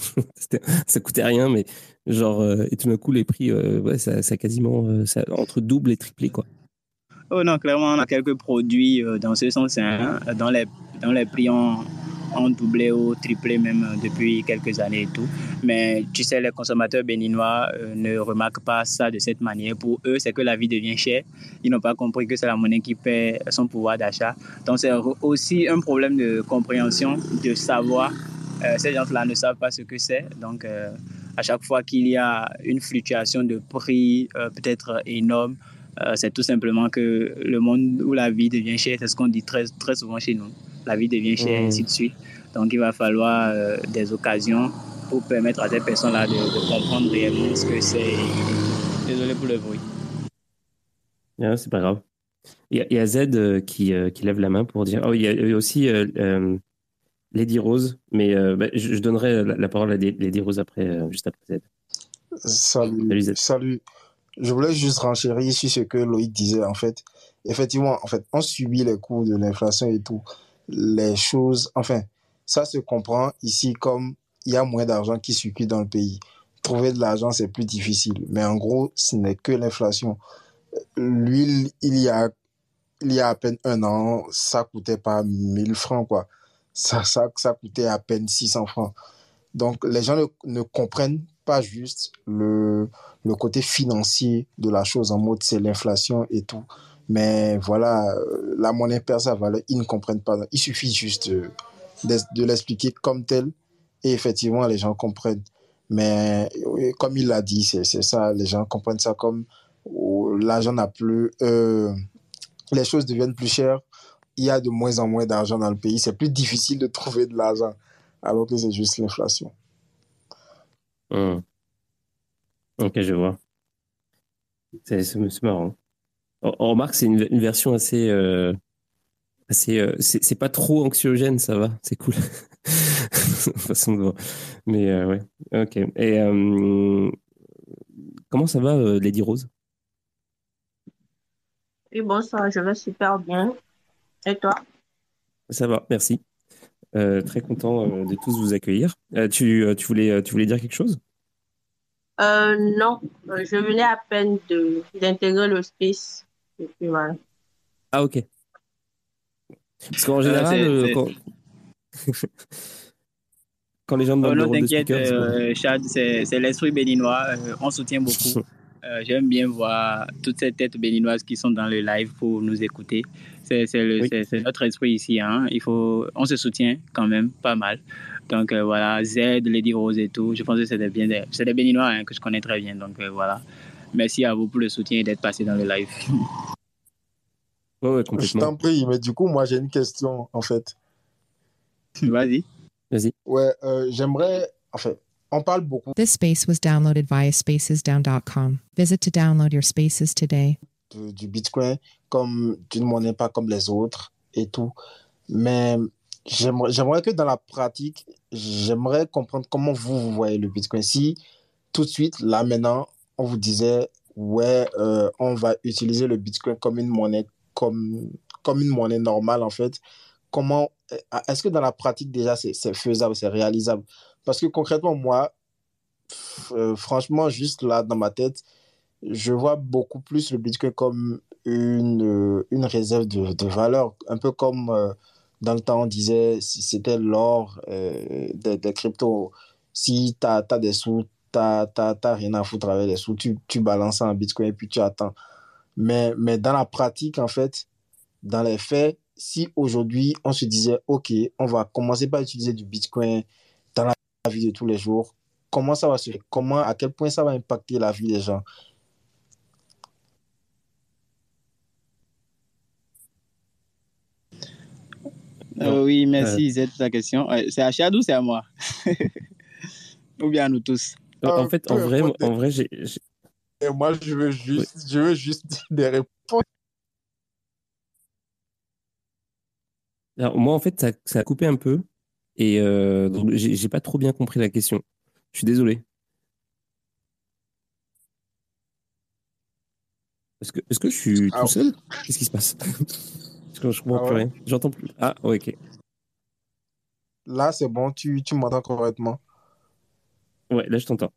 Ça coûtait rien, mais genre, euh, et tout d'un coup, les prix, euh, ouais, ça, ça quasiment, euh, ça, entre double et triplé, quoi. Oh non, clairement, on a quelques produits euh, dans ce sens, hein, dans les, dans les prix, on, ont doublé ou triplé même depuis quelques années et tout. Mais tu sais, les consommateurs béninois euh, ne remarquent pas ça de cette manière. Pour eux, c'est que la vie devient chère. Ils n'ont pas compris que c'est la monnaie qui paie son pouvoir d'achat. Donc, c'est aussi un problème de compréhension, de savoir. Euh, ces gens-là ne savent pas ce que c'est. Donc, euh, à chaque fois qu'il y a une fluctuation de prix euh, peut-être énorme, euh, c'est tout simplement que le monde où la vie devient chère, c'est ce qu'on dit très, très souvent chez nous. La vie devient chère, mmh. ainsi de suite. Donc, il va falloir euh, des occasions pour permettre à ces personnes-là de, de comprendre réellement ce que c'est. Désolé pour le bruit. Yeah, c'est pas grave. Il y a, il y a Z euh, qui, euh, qui lève la main pour dire... Oh, il y a aussi euh, euh, Lady Rose, mais euh, bah, je, je donnerai la, la parole à Lady Rose après, euh, juste après Z. Salut. Salut, Z. Salut. Je voulais juste renchérir sur ce que Loïc disait, en fait. Effectivement, en fait, on subit les coûts de l'inflation et tout. Les choses, enfin, ça se comprend ici comme il y a moins d'argent qui circule dans le pays. Trouver de l'argent, c'est plus difficile. Mais en gros, ce n'est que l'inflation. L'huile, il y a, il y a à peine un an, ça coûtait pas mille francs, quoi. Ça, ça, ça coûtait à peine six cents francs. Donc, les gens ne, ne comprennent pas juste le, le côté financier de la chose, en mode c'est l'inflation et tout. Mais voilà, la monnaie perd sa valeur, ils ne comprennent pas. Il suffit juste de, de, de l'expliquer comme tel et effectivement, les gens comprennent. Mais comme il l'a dit, c'est, c'est ça, les gens comprennent ça comme oh, l'argent n'a plus... Euh, les choses deviennent plus chères, il y a de moins en moins d'argent dans le pays, c'est plus difficile de trouver de l'argent, alors que c'est juste l'inflation. Mmh. Ok, je vois. C'est, c'est, c'est marrant. On, on remarque que c'est une, une version assez... Euh, assez euh, c'est, c'est pas trop anxiogène, ça va, c'est cool. façon de voir. Mais euh, ouais, ok. Et euh, comment ça va, euh, Lady Rose? Oui, bonsoir, je vais super bien. Et toi? Ça va, merci. Euh, très content euh, de tous vous accueillir. Euh, tu, euh, tu, voulais, tu voulais dire quelque chose? Euh, non, Euh, je venais à peine de d'intégrer le space. Et puis voilà. Ah, ok. Parce qu'en Euh, général, c'est, euh, c'est- quand... quand les gens Oh demandent le non, rôle de t'inquiète, speaker, c'est pour... euh, Chad, c'est, c'est l'esprit béninois. euh, on soutient beaucoup. Euh, j'aime bien voir toutes ces têtes béninoises qui sont dans le live pour nous écouter. C'est, c'est, le, Oui. c'est, c'est notre esprit ici. Hein. Il faut, on se soutient quand même pas mal. Donc euh, voilà, Z, Lady Rose et tout. Je pense que c'est des, bien des, c'est des béninois hein, que je connais très bien. Donc euh, voilà. Merci à vous pour le soutien et d'être passé dans le live. Ouais, ouais, Je complètement. t'en prie, mais du coup, moi, j'ai une question, en fait. Vas-y. Vas-y. Ouais, euh, j'aimerais, en fait, on parle beaucoup This space was downloaded via spacesdown dot com. Visit to download your spaces today. de- du Bitcoin comme d'une monnaie pas comme les autres et tout. Mais j'aimerais, j'aimerais que dans la pratique, j'aimerais comprendre comment vous, vous voyez le Bitcoin. Si tout de suite, là maintenant, on vous disait, ouais, euh, on va utiliser le Bitcoin comme une monnaie, comme, comme une monnaie normale en fait. Comment, est-ce que dans la pratique déjà c'est, c'est faisable, c'est réalisable? Parce que concrètement, moi, f- euh, franchement, juste là dans ma tête, je vois beaucoup plus le Bitcoin comme une, euh, une réserve de, de valeur, un peu comme euh, dans le temps on disait si c'était l'or euh, des, des cryptos. Si tu as des sous, tu n'as rien à foutre avec les sous, tu, tu balances ça en Bitcoin et puis tu attends. Mais, mais dans la pratique, en fait, dans les faits, si aujourd'hui on se disait, OK, on va commencer par utiliser du Bitcoin dans la vie de tous les jours, comment ça va se faire? Comment, à quel point ça va impacter la vie des gens? Euh, oui, Euh, merci Z pour ta question. Euh, c'est à Chad ou c'est à moi? Ou bien à nous tous? en Euh, fait, en peu vrai, importe. en vrai, j'ai... j'ai- Et moi, je veux Oui. juste, je veux juste des réponses. Alors, moi, en fait, ça, ça a coupé un peu. Et euh, donc, j'ai j'ai pas trop bien compris la question. Je suis désolé. Est-ce que, est-ce que je suis Ah, tout seul? Qu'est-ce qui se passe? Parce que je comprends ah plus ouais. rien. J'entends plus. Ah, ouais, ok. Là, c'est bon, tu, tu m'entends correctement. Ouais, là, je t'entends.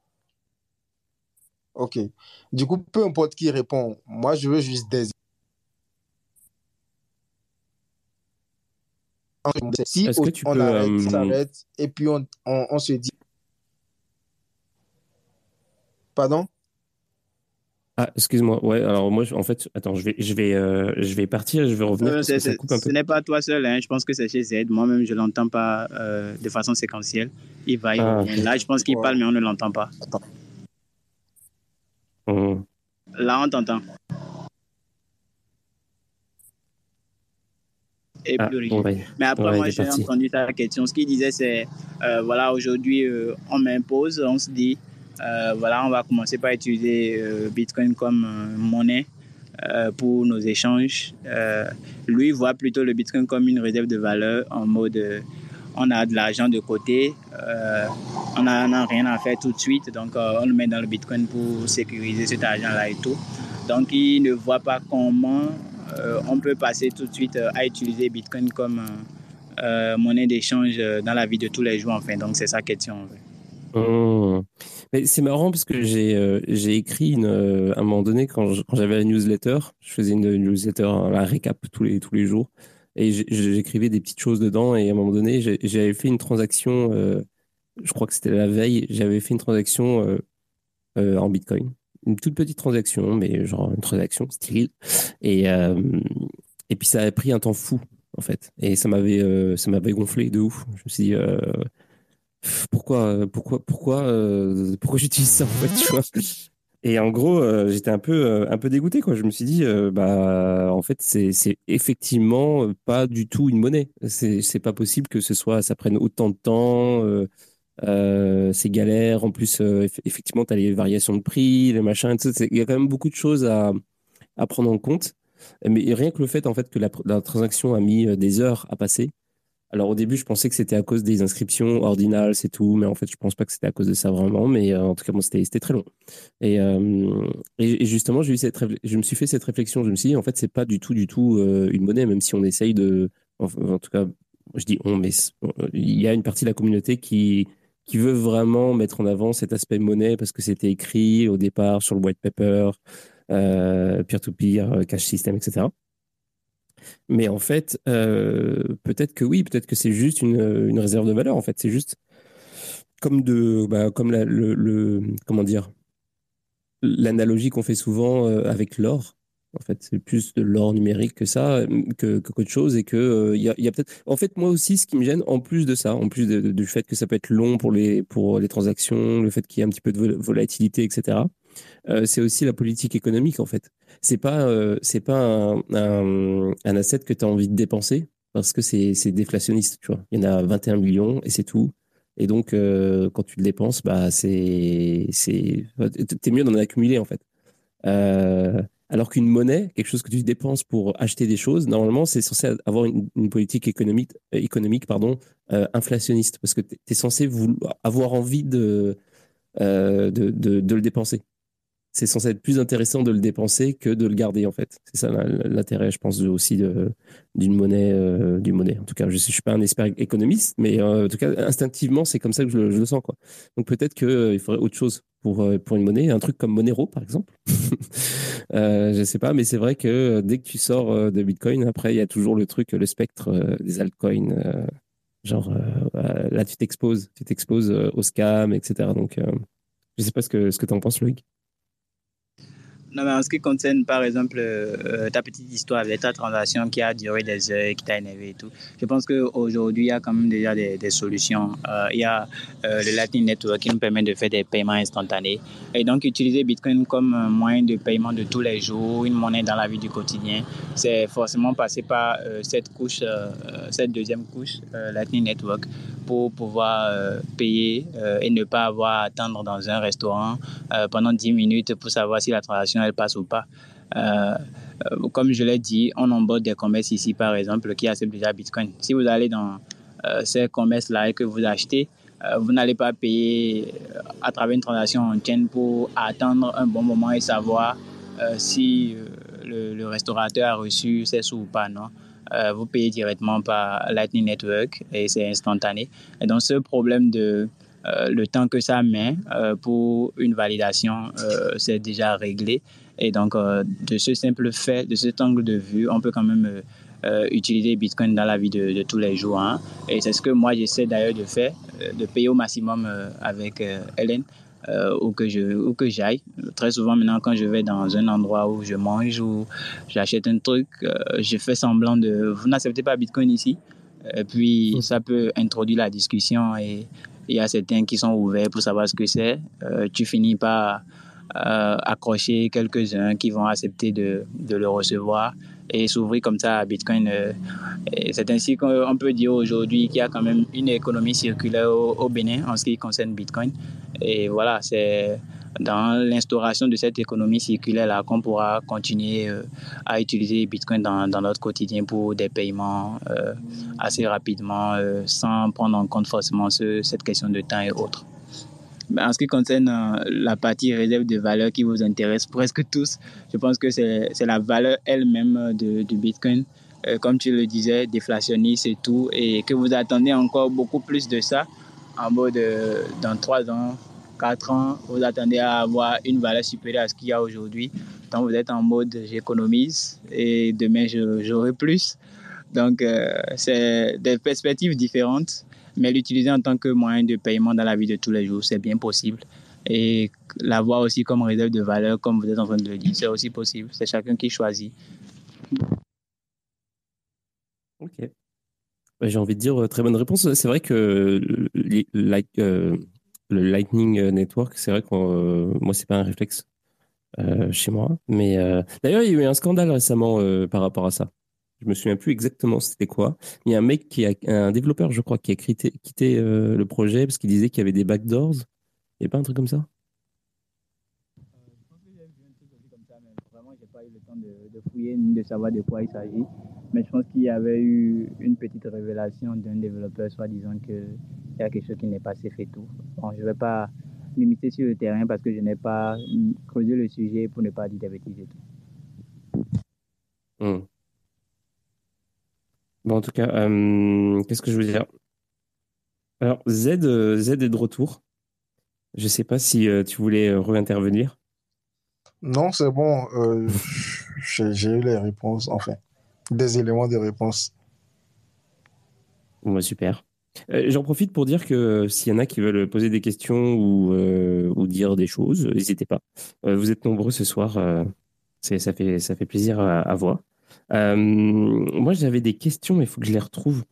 OK. Du coup, peu importe qui répond, moi, je veux juste des... Si Est-ce que tu on peux... arrête, euh, s'arrête, et puis on, on, on se dit... Pardon? Ah, excuse-moi. Ouais, alors moi, je- en fait, attends, je vais, je vais, euh, je vais partir, je vais revenir Euh, parce c'est- que ça c'est- coupe un ce peu. n'est pas toi seul, hein. Je pense que c'est chez Z. Moi-même, je ne l'entends pas euh, de façon séquentielle. Il va, il Ah, revient. ok. Là, je pense qu'il Ouais. parle, mais on ne l'entend pas. Hum. Là, on t'entend. Et Ah, plus rien. bon, ouais. Mais après, Ouais, il moi, est j'ai parti. entendu ta question. Ce qu'il disait, c'est, euh, voilà, aujourd'hui, euh, on m'impose, on se dit, euh, voilà, on va commencer par utiliser euh, Bitcoin comme euh, monnaie euh, pour nos échanges. Euh, lui voit plutôt le Bitcoin comme une réserve de valeur en mode, euh, on a de l'argent de côté, euh, on n'a rien à faire tout de suite, donc euh, on le met dans le Bitcoin pour sécuriser cet argent-là et tout. Donc, il ne voit pas comment euh, on peut passer tout de suite euh, à utiliser Bitcoin comme euh, euh, monnaie d'échange euh, dans la vie de tous les jours. Enfin, donc, c'est sa question. En fait. Hum. Mais c'est marrant parce que j'ai euh, j'ai écrit une, euh, à un moment donné quand je- quand j'avais la newsletter, je faisais une newsletter, la récap tous les, tous les jours et j'ai- j'écrivais des petites choses dedans et à un moment donné, j'ai- j'avais fait une transaction, euh, je crois que c'était la veille, j'avais fait une transaction euh, euh, en Bitcoin. Une toute petite transaction, mais genre une transaction stérile. Et, euh, et puis ça a pris un temps fou, en fait. Et ça m'avait euh, ça m'avait gonflé de ouf. Je me suis dit, euh, pourquoi, pourquoi, pourquoi, euh, pourquoi j'utilise ça, en fait, tu vois. Et en gros, euh, j'étais un peu, euh, un peu dégoûté, quoi. Je me suis dit, euh, bah, en fait, c'est, c'est effectivement pas du tout une monnaie. C'est, c'est pas possible que ce soit, ça prenne autant de temps. Euh, euh, c'est galère. En plus, euh, eff- effectivement, tu as les variations de prix, les machins, et tout ça. C'est- Il y a quand même beaucoup de choses à, à prendre en compte. Mais rien que le fait, en fait, que la, la transaction a mis euh, des heures à passer. Alors, au début, je pensais que c'était à cause des inscriptions ordinales, c'est tout. Mais en fait, je pense pas que c'était à cause de ça vraiment. Mais euh, en tout cas, bon, c'était, c'était très long. Et, euh, et, et justement, j'ai eu cette réfl- je me suis fait cette réflexion. Je me suis dit, en fait, c'est pas du tout, du tout euh, une monnaie, même si on essaye de. En, en tout cas, je dis on, mais c- il y a une partie de la communauté qui qui veut vraiment mettre en avant cet aspect monnaie parce que c'était écrit au départ sur le white paper, euh, peer-to-peer, cash system, et cetera. Mais en fait, euh, peut-être que oui, peut-être que c'est juste une, une réserve de valeur. En fait, c'est juste comme de, bah, comme la, le, le, comment dire, l'analogie qu'on fait souvent euh, avec l'or. En fait, c'est plus de l'or numérique que ça, que, que qu'autre chose, et que euh, il y a, y a peut-être. En fait, moi aussi, ce qui me gêne, en plus de ça, en plus de, de, du fait que ça peut être long pour les pour les transactions, le fait qu'il y ait un petit peu de vol- volatilité, et cetera. Euh, c'est aussi la politique économique, en fait. C'est pas euh, c'est pas un, un, un asset que tu as envie de dépenser parce que c'est c'est déflationniste, tu vois. Il y en a vingt et un millions et c'est tout. Et donc, euh, quand tu le dépenses, bah, c'est, c'est, t'es mieux d'en accumuler, en fait. Euh, alors qu'une monnaie, quelque chose que tu dépenses pour acheter des choses, normalement, c'est censé avoir une, une politique économique, euh, économique pardon, euh, inflationniste, parce que tu es censé vouloir, avoir envie de, euh, de, de, de le dépenser. C'est censé être plus intéressant de le dépenser que de le garder, en fait. C'est ça l'intérêt, je pense, aussi de, d'une monnaie, euh, d'une monnaie. En tout cas, je ne suis pas un expert économiste, mais euh, en tout cas, instinctivement, c'est comme ça que je le, je le sens, quoi. Donc peut-être qu'il euh, faudrait autre chose pour, euh, pour une monnaie, un truc comme Monero, par exemple. euh, je ne sais pas, mais c'est vrai que euh, dès que tu sors euh, de Bitcoin, après, il y a toujours le truc, le spectre euh, des altcoins. Euh, genre, euh, là, tu t'exposes, tu t'exposes euh, au scam, et cetera. Donc, euh, je ne sais pas ce que, ce que tu en penses, Loïc. Non, mais en ce qui concerne, par exemple, euh, ta petite histoire avec ta transaction qui a duré des heures, qui t'a énervé et tout, je pense qu'aujourd'hui, il y a quand même déjà des, des solutions. Euh, il y a euh, le Lightning Network qui nous permet de faire des paiements instantanés. Et donc, utiliser Bitcoin comme un moyen de paiement de tous les jours, une monnaie dans la vie du quotidien, c'est forcément passer par euh, cette couche, euh, cette deuxième couche, euh, Lightning Network, pour pouvoir euh, payer euh, et ne pas avoir à attendre dans un restaurant euh, pendant dix minutes pour savoir si la transaction elle passe ou pas. Euh, euh, comme je l'ai dit, on embauche des commerces ici, par exemple, qui acceptent déjà Bitcoin. Si vous allez dans euh, ces commerces-là et que vous achetez, euh, vous n'allez pas payer à travers une transaction en chaîne pour attendre un bon moment et savoir euh, si euh, le, le restaurateur a reçu ses sous ou pas, non. Euh, vous payez directement par Lightning Network et c'est instantané. Et donc, ce problème de euh, le temps que ça met euh, pour une validation, euh, c'est déjà réglé. Et donc, euh, de ce simple fait, de cet angle de vue, on peut quand même euh, euh, utiliser Bitcoin dans la vie de, de tous les jours. Hein. Et c'est ce que moi, j'essaie d'ailleurs de faire, euh, de payer au maximum euh, avec euh, Hélène. Euh, où que je où que j'aille. Très souvent maintenant quand je vais dans un endroit où je mange ou j'achète un truc, euh, je fais semblant de vous n'acceptez pas Bitcoin ici. Et puis ça peut introduire la discussion et il y a certains qui sont ouverts pour savoir ce que c'est. Euh, tu finis par euh, accrocher quelques-uns qui vont accepter de, de le recevoir et s'ouvrir comme ça à Bitcoin. Euh, et c'est ainsi qu'on peut dire aujourd'hui qu'il y a quand même une économie circulaire au, au Bénin en ce qui concerne Bitcoin. Et voilà, c'est dans l'instauration de cette économie circulaire-là qu'on pourra continuer euh, à utiliser Bitcoin dans, dans notre quotidien pour des paiements euh, assez rapidement, euh, sans prendre en compte forcément ce, cette question de temps et autres. Mais en ce qui concerne euh, la partie réserve de valeur qui vous intéresse presque tous, je pense que c'est, c'est la valeur elle-même de, de Bitcoin. Euh, comme tu le disais, déflationniste et tout, et que vous attendez encore beaucoup plus de ça en mode euh, dans trois ans, quatre ans, vous attendez à avoir une valeur supérieure à ce qu'il y a aujourd'hui. Donc vous êtes en mode j'économise et demain je, j'aurai plus. Donc euh, c'est des perspectives différentes, mais l'utiliser en tant que moyen de paiement dans la vie de tous les jours, c'est bien possible. Et l'avoir aussi comme réserve de valeur, comme vous êtes en train de le dire, c'est aussi possible. C'est chacun qui choisit. Ok. J'ai envie de dire très bonne réponse. C'est vrai que le, like, euh, le Lightning Network, c'est vrai que euh, moi, c'est pas un réflexe euh, chez moi. Mais euh, d'ailleurs, il y a eu un scandale récemment euh, par rapport à ça. Je me souviens plus exactement c'était quoi. Il y a un mec qui a un développeur, je crois, qui a quitté, quitté euh, le projet parce qu'il disait qu'il y avait des backdoors. Il n'y a pas un truc comme ça? Vraiment, j'ai pas eu le temps de, de fouiller ni de savoir de quoi il s'agit. Mais je pense qu'il y avait eu une petite révélation d'un développeur, soit disant qu'il y a quelque chose qui n'est pas safe et tout. Bon, je ne vais pas limiter sur le terrain parce que je n'ai pas creusé le sujet pour ne pas dire des bêtises et tout. Mmh. Bon, en tout cas, euh, qu'est-ce que je veux dire? Alors, Z, euh, Z est de retour. Je ne sais pas si euh, tu voulais euh, réintervenir. Non, c'est bon. Euh, j'ai, j'ai eu les réponses, enfin, des éléments de réponse. Bon, super. Euh, j'en profite pour dire que euh, s'il y en a qui veulent poser des questions ou, euh, ou dire des choses, n'hésitez pas. Euh, vous êtes nombreux ce soir. Euh, c'est, ça fait, ça fait plaisir à, à voir. Euh, moi, j'avais des questions, mais il faut que je les retrouve.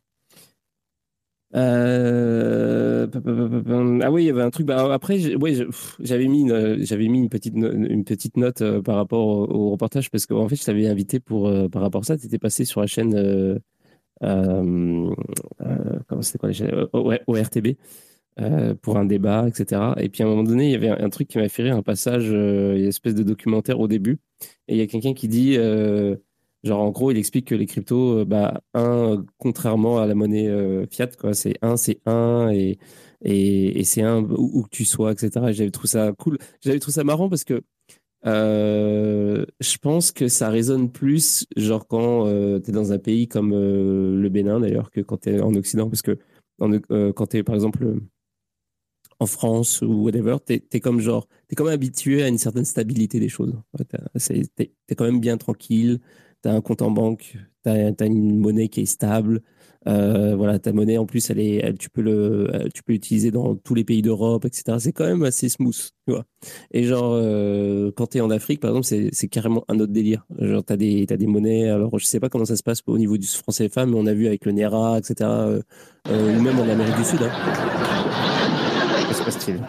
Euh... Ah oui, il y avait un truc. Bah, après, j'ai- ouais, je- pff, j'avais mis une, j'avais mis une petite, no- une petite note euh, par rapport au, au reportage parce qu'en fait, je t'avais invité pour euh, par rapport à ça. Tu étais passé sur la chaîne. Euh, euh, euh, comment c'était quoi la chaîne? Euh, ouais, O R T B euh, pour un débat, et cetera. Et puis à un moment donné, il y avait un, un truc qui m'a fait rire, un passage, euh, une espèce de documentaire au début. Et il y a quelqu'un qui dit, euh, genre en gros, il explique que les cryptos, euh, bah, un, euh, contrairement à la monnaie euh, fiat, quoi, c'est un, c'est un, et, et, et c'est un où, où que tu sois, et cetera. Et j'avais trouvé ça cool. J'avais trouvé ça marrant parce que euh, je pense que ça résonne plus, genre quand tu es dans un pays comme euh, le Bénin d'ailleurs, que quand tu es en Occident, parce que en, euh, quand tu es par exemple en France ou whatever, t'es, t'es comme genre, t'es comme habitué à une certaine stabilité des choses. Ouais, t'as- c'est- t'es, t'es quand même bien tranquille, t'as un compte en banque, t'as, t'as une monnaie qui est stable. Euh, voilà, ta monnaie en plus, elle est, elle- tu peux le, euh, tu peux l'utiliser dans tous les pays d'Europe, et cetera. C'est quand même assez smooth, tu vois. Et genre, euh, quand t'es en Afrique, par exemple, c'est, c'est carrément un autre délire. Genre, t'as des, t'as des monnaies. Alors, je sais pas comment ça se passe au niveau du franc C F A, mais on a vu avec le Naira, et cetera. euh, euh, ou même en Amérique du Sud, hein. Que se passe-t-il?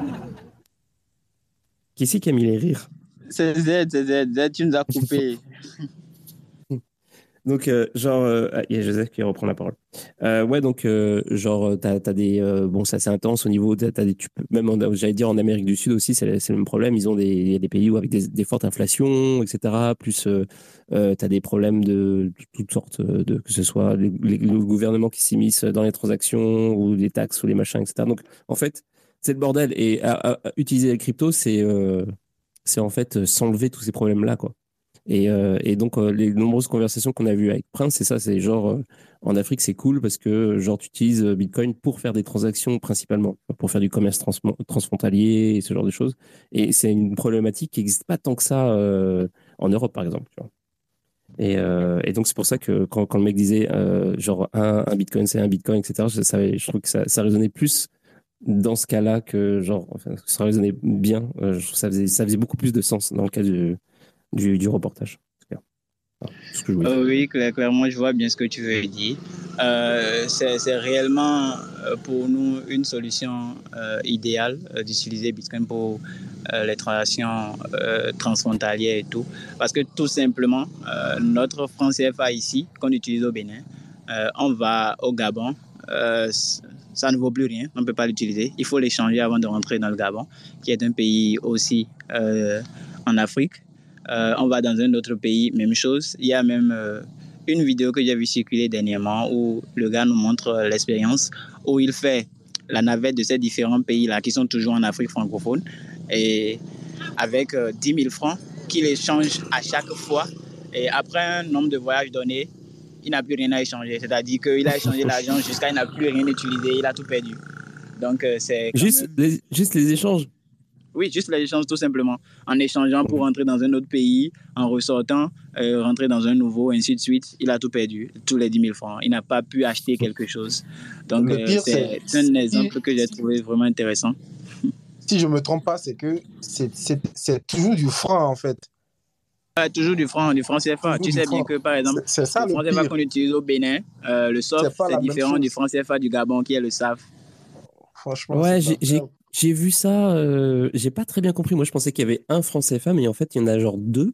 Qui c'est qui a mis les rires? C'est Z, c'est Z, Z, tu nous as coupé. Donc, euh, genre, euh, ah, il y a Joseph qui reprend la parole. Euh, ouais, donc, euh, genre, t'as, t'as des. Euh, bon, ça, c'est intense au niveau. T'as, t'as des, tu peux, même, en- j'allais dire, en Amérique du Sud aussi, c'est, le- c'est le même problème. Ils ont des, il y a des pays où, avec des, des fortes inflations, et cetera. Plus, euh, euh, t'as des problèmes de, de toutes sortes, euh, de, que ce soit les, les- le gouvernement qui s'immisce dans les transactions, ou les taxes, ou les machins, et cetera. Donc, en fait, c'est le bordel. Et à, à- à utiliser les cryptos, c'est, euh, c'est en fait euh, s'enlever tous ces problèmes-là, quoi. Et, euh, et donc, euh, les nombreuses conversations qu'on a vues avec Prince, c'est ça, c'est genre, euh, en Afrique, c'est cool parce que, genre, tu utilises euh, Bitcoin pour faire des transactions principalement, pour faire du commerce trans transfrontalier et ce genre de choses. Et c'est une problématique qui n'existe pas tant que ça euh, en Europe, par exemple. Tu vois. Et, euh, et donc, c'est pour ça que quand, quand le mec disait, euh, genre, un, un Bitcoin, c'est un Bitcoin, et cetera, je, ça, je trouve que ça, ça résonnait plus dans ce cas-là que, genre, enfin, ça résonnait bien. Euh, je trouve que ça faisait, ça faisait beaucoup plus de sens dans le cas du, du, du reportage. Voilà, ce que je voulais dire. Euh, oui, clairement, je vois bien ce que tu veux dire. Euh, c'est, c'est réellement euh, pour nous une solution euh, idéale euh, d'utiliser Bitcoin pour euh, les transactions euh, transfrontalières et tout. Parce que tout simplement, euh, notre franc C F A ici, qu'on utilise au Bénin, euh, on va au Gabon, euh, ça ne vaut plus rien, on ne peut pas l'utiliser. Il faut l'échanger avant de rentrer dans le Gabon, qui est un pays aussi euh, en Afrique. Euh, on va dans un autre pays, même chose. Il y a même euh, une vidéo que j'ai vue circuler dernièrement où le gars nous montre euh, l'expérience où il fait la navette de ces différents pays-là qui sont toujours en Afrique francophone et avec euh, dix mille francs qu'il échange à chaque fois. Et après un nombre de voyages donné, il n'a plus rien à échanger. C'est-à-dire qu'il a échangé l'argent jusqu'à il n'a plus rien utilisé, il a tout perdu. Donc euh, c'est quand Juste, même... les, juste les échanges. Oui, juste l'échange tout simplement. En échangeant pour rentrer dans un autre pays, en ressortant, euh, rentrer dans un nouveau, ainsi de suite. Il a tout perdu, tous les dix mille francs. Il n'a pas pu acheter quelque chose. Donc, Le euh, pire, c'est c'est un si, exemple que j'ai trouvé vraiment intéressant. si je me trompe pas, c'est que c'est, c'est, c'est toujours du franc, en fait. Ouais, toujours du franc, du franc C F A. Toujours Tu du sais bien franc. que, par exemple, C'est, c'est ça le le franc C F A pire. qu'on utilise au Bénin, euh, le S O F, C'est pas c'est la même différent du chose. franc C F A du Gabon qui est le S A F. Franchement, Ouais, c'est j'ai, pas j'ai, grave. j'ai vu ça. Euh, j'ai pas très bien compris. Moi, je pensais qu'il y avait un franc C F A, mais en fait, il y en a genre deux.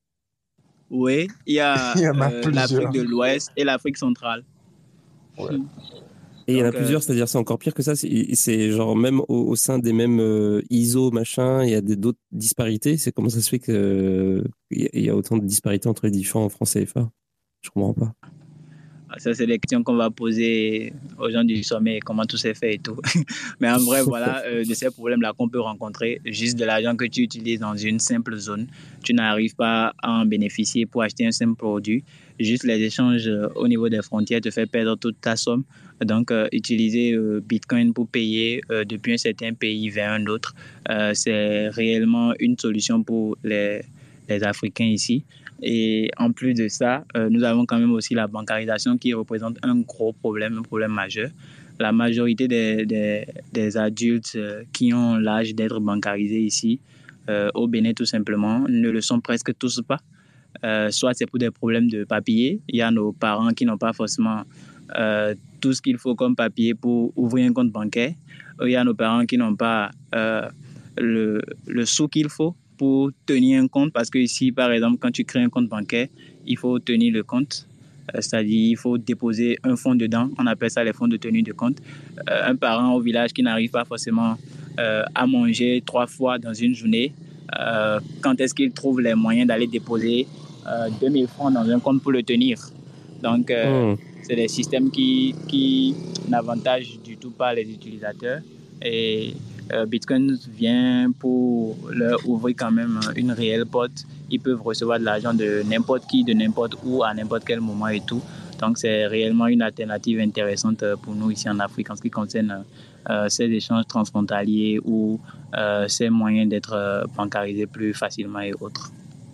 Oui, il y a Il y en a euh, l'Afrique plusieurs. de l'Ouest et l'Afrique centrale. Ouais. Et il y en a Donc, euh, plusieurs, c'est-à-dire c'est encore pire que ça. C'est, c'est genre même au, au sein des mêmes euh, I S O, machin, il y a des, d'autres disparités. C'est comment ça se fait que il y, a- il y a autant de disparités entre les différents francs C F A? Je comprends pas. ça, c'est des questions qu'on va poser aux gens du sommet, comment tout s'est fait et tout. Mais en vrai, voilà, euh, de ces problèmes-là qu'on peut rencontrer, juste de l'argent que tu utilises dans une simple zone, tu n'arrives pas à en bénéficier pour acheter un simple produit. Juste les échanges euh, au niveau des frontières te fait perdre toute ta somme. Donc, euh, utiliser euh, Bitcoin pour payer euh, depuis un certain pays vers un autre, euh, c'est réellement une solution pour les, les Africains ici. Et en plus de ça, euh, nous avons quand même aussi la bancarisation qui représente un gros problème, un problème majeur. La majorité des, des, des adultes euh, qui ont l'âge d'être bancarisés ici, euh, au Bénin tout simplement, ne le sont presque tous pas. Euh, soit c'est pour des problèmes de papier. Il y a nos parents qui n'ont pas forcément euh, tout ce qu'il faut comme papier pour ouvrir un compte bancaire. Il y a nos parents qui n'ont pas euh, le, le sou qu'il faut pour tenir un compte. Parce que ici, par exemple, quand tu crées un compte bancaire, il faut tenir le compte. Euh, c'est-à-dire il faut déposer un fonds dedans. On appelle ça les fonds de tenue de compte. Euh, un parent au village qui n'arrive pas forcément euh, à manger trois fois dans une journée, euh, quand est-ce qu'il trouve les moyens d'aller déposer Euh, deux mille francs dans un compte pour le tenir? Donc, euh, mmh. c'est des systèmes qui, qui n'avantagent du tout pas les utilisateurs. Et euh, Bitcoin vient pour leur ouvrir quand même une réelle porte. Ils peuvent recevoir de l'argent de n'importe qui, de n'importe où, à n'importe quel moment et tout. Donc, c'est réellement une alternative intéressante pour nous ici en Afrique en ce qui concerne euh, ces échanges transfrontaliers ou euh, ces moyens d'être euh, bancarisés plus facilement et autres.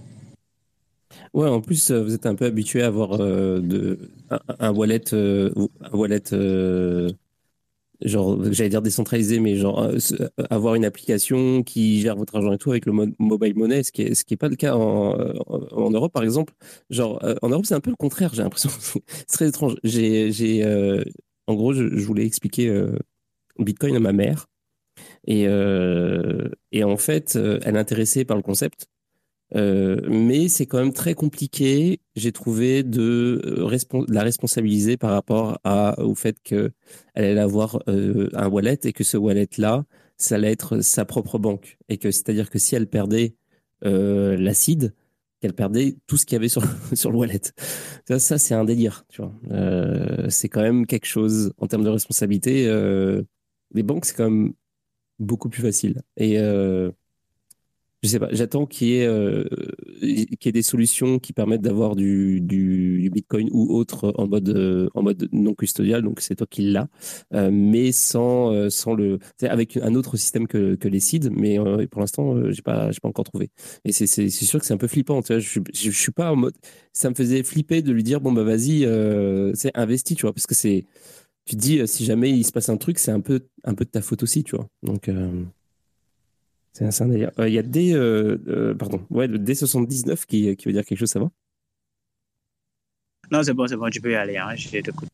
Ouais, en plus, vous êtes un peu habitué à avoir euh, de, un, un wallet, euh, un wallet euh, genre, j'allais dire décentralisé, mais genre euh, avoir une application qui gère votre argent et tout avec le mo- mobile money, ce qui est, ce qui est pas le cas en, en, en Europe, par exemple. Genre, euh, en Europe, c'est un peu le contraire, j'ai l'impression. C'est très étrange. J'ai, j'ai, euh, en gros, je, je voulais expliquer euh, Bitcoin à ma mère. Et, euh, et en fait, euh, elle est intéressée par le concept. Euh, mais c'est quand même très compliqué, j'ai trouvé, de, euh, respons- de la responsabiliser par rapport à, au fait qu'elle allait avoir euh, un wallet et que ce wallet-là, ça allait être sa propre banque. Et que c'est-à-dire que si elle perdait euh, l'acide, qu'elle perdait tout ce qu'il y avait sur, sur le wallet. Ça, ça c'est un délire, tu vois. Euh, c'est quand même quelque chose en termes de responsabilité. Euh, les banques, c'est quand même beaucoup plus facile. Et euh, je sais pas, j'attends qu'il y ait, euh, qu'il y ait des solutions qui permettent d'avoir du, du, du Bitcoin ou autre en mode, euh, en mode non custodial, donc c'est toi qui l'as, euh, mais sans, euh, sans le, c'est avec un autre système que, que les seeds, mais euh, pour l'instant, euh, j'ai pas, j'ai pas encore trouvé. Et c'est, c'est, c'est sûr que c'est un peu flippant, tu vois, je, je, je suis pas en mode, ça me faisait flipper de lui dire, bon bah vas-y, euh, c'est investi, tu vois, parce que c'est, tu te dis, euh, si jamais il se passe un truc, c'est un peu, un peu de ta faute aussi, tu vois, donc... Euh... C'est un, c'est un délire. Il euh, y a D, euh, euh, pardon, ouais, le D soixante-dix-neuf qui, qui veut dire quelque chose, ça va? Non, c'est bon, c'est bon, tu peux y aller, hein, je t'écoute.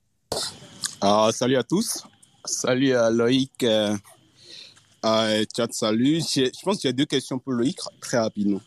Uh, salut à tous. Salut à Loïc. Euh, euh, chat, salut. J'ai, je pense que j'ai deux questions pour Loïc, très rapidement.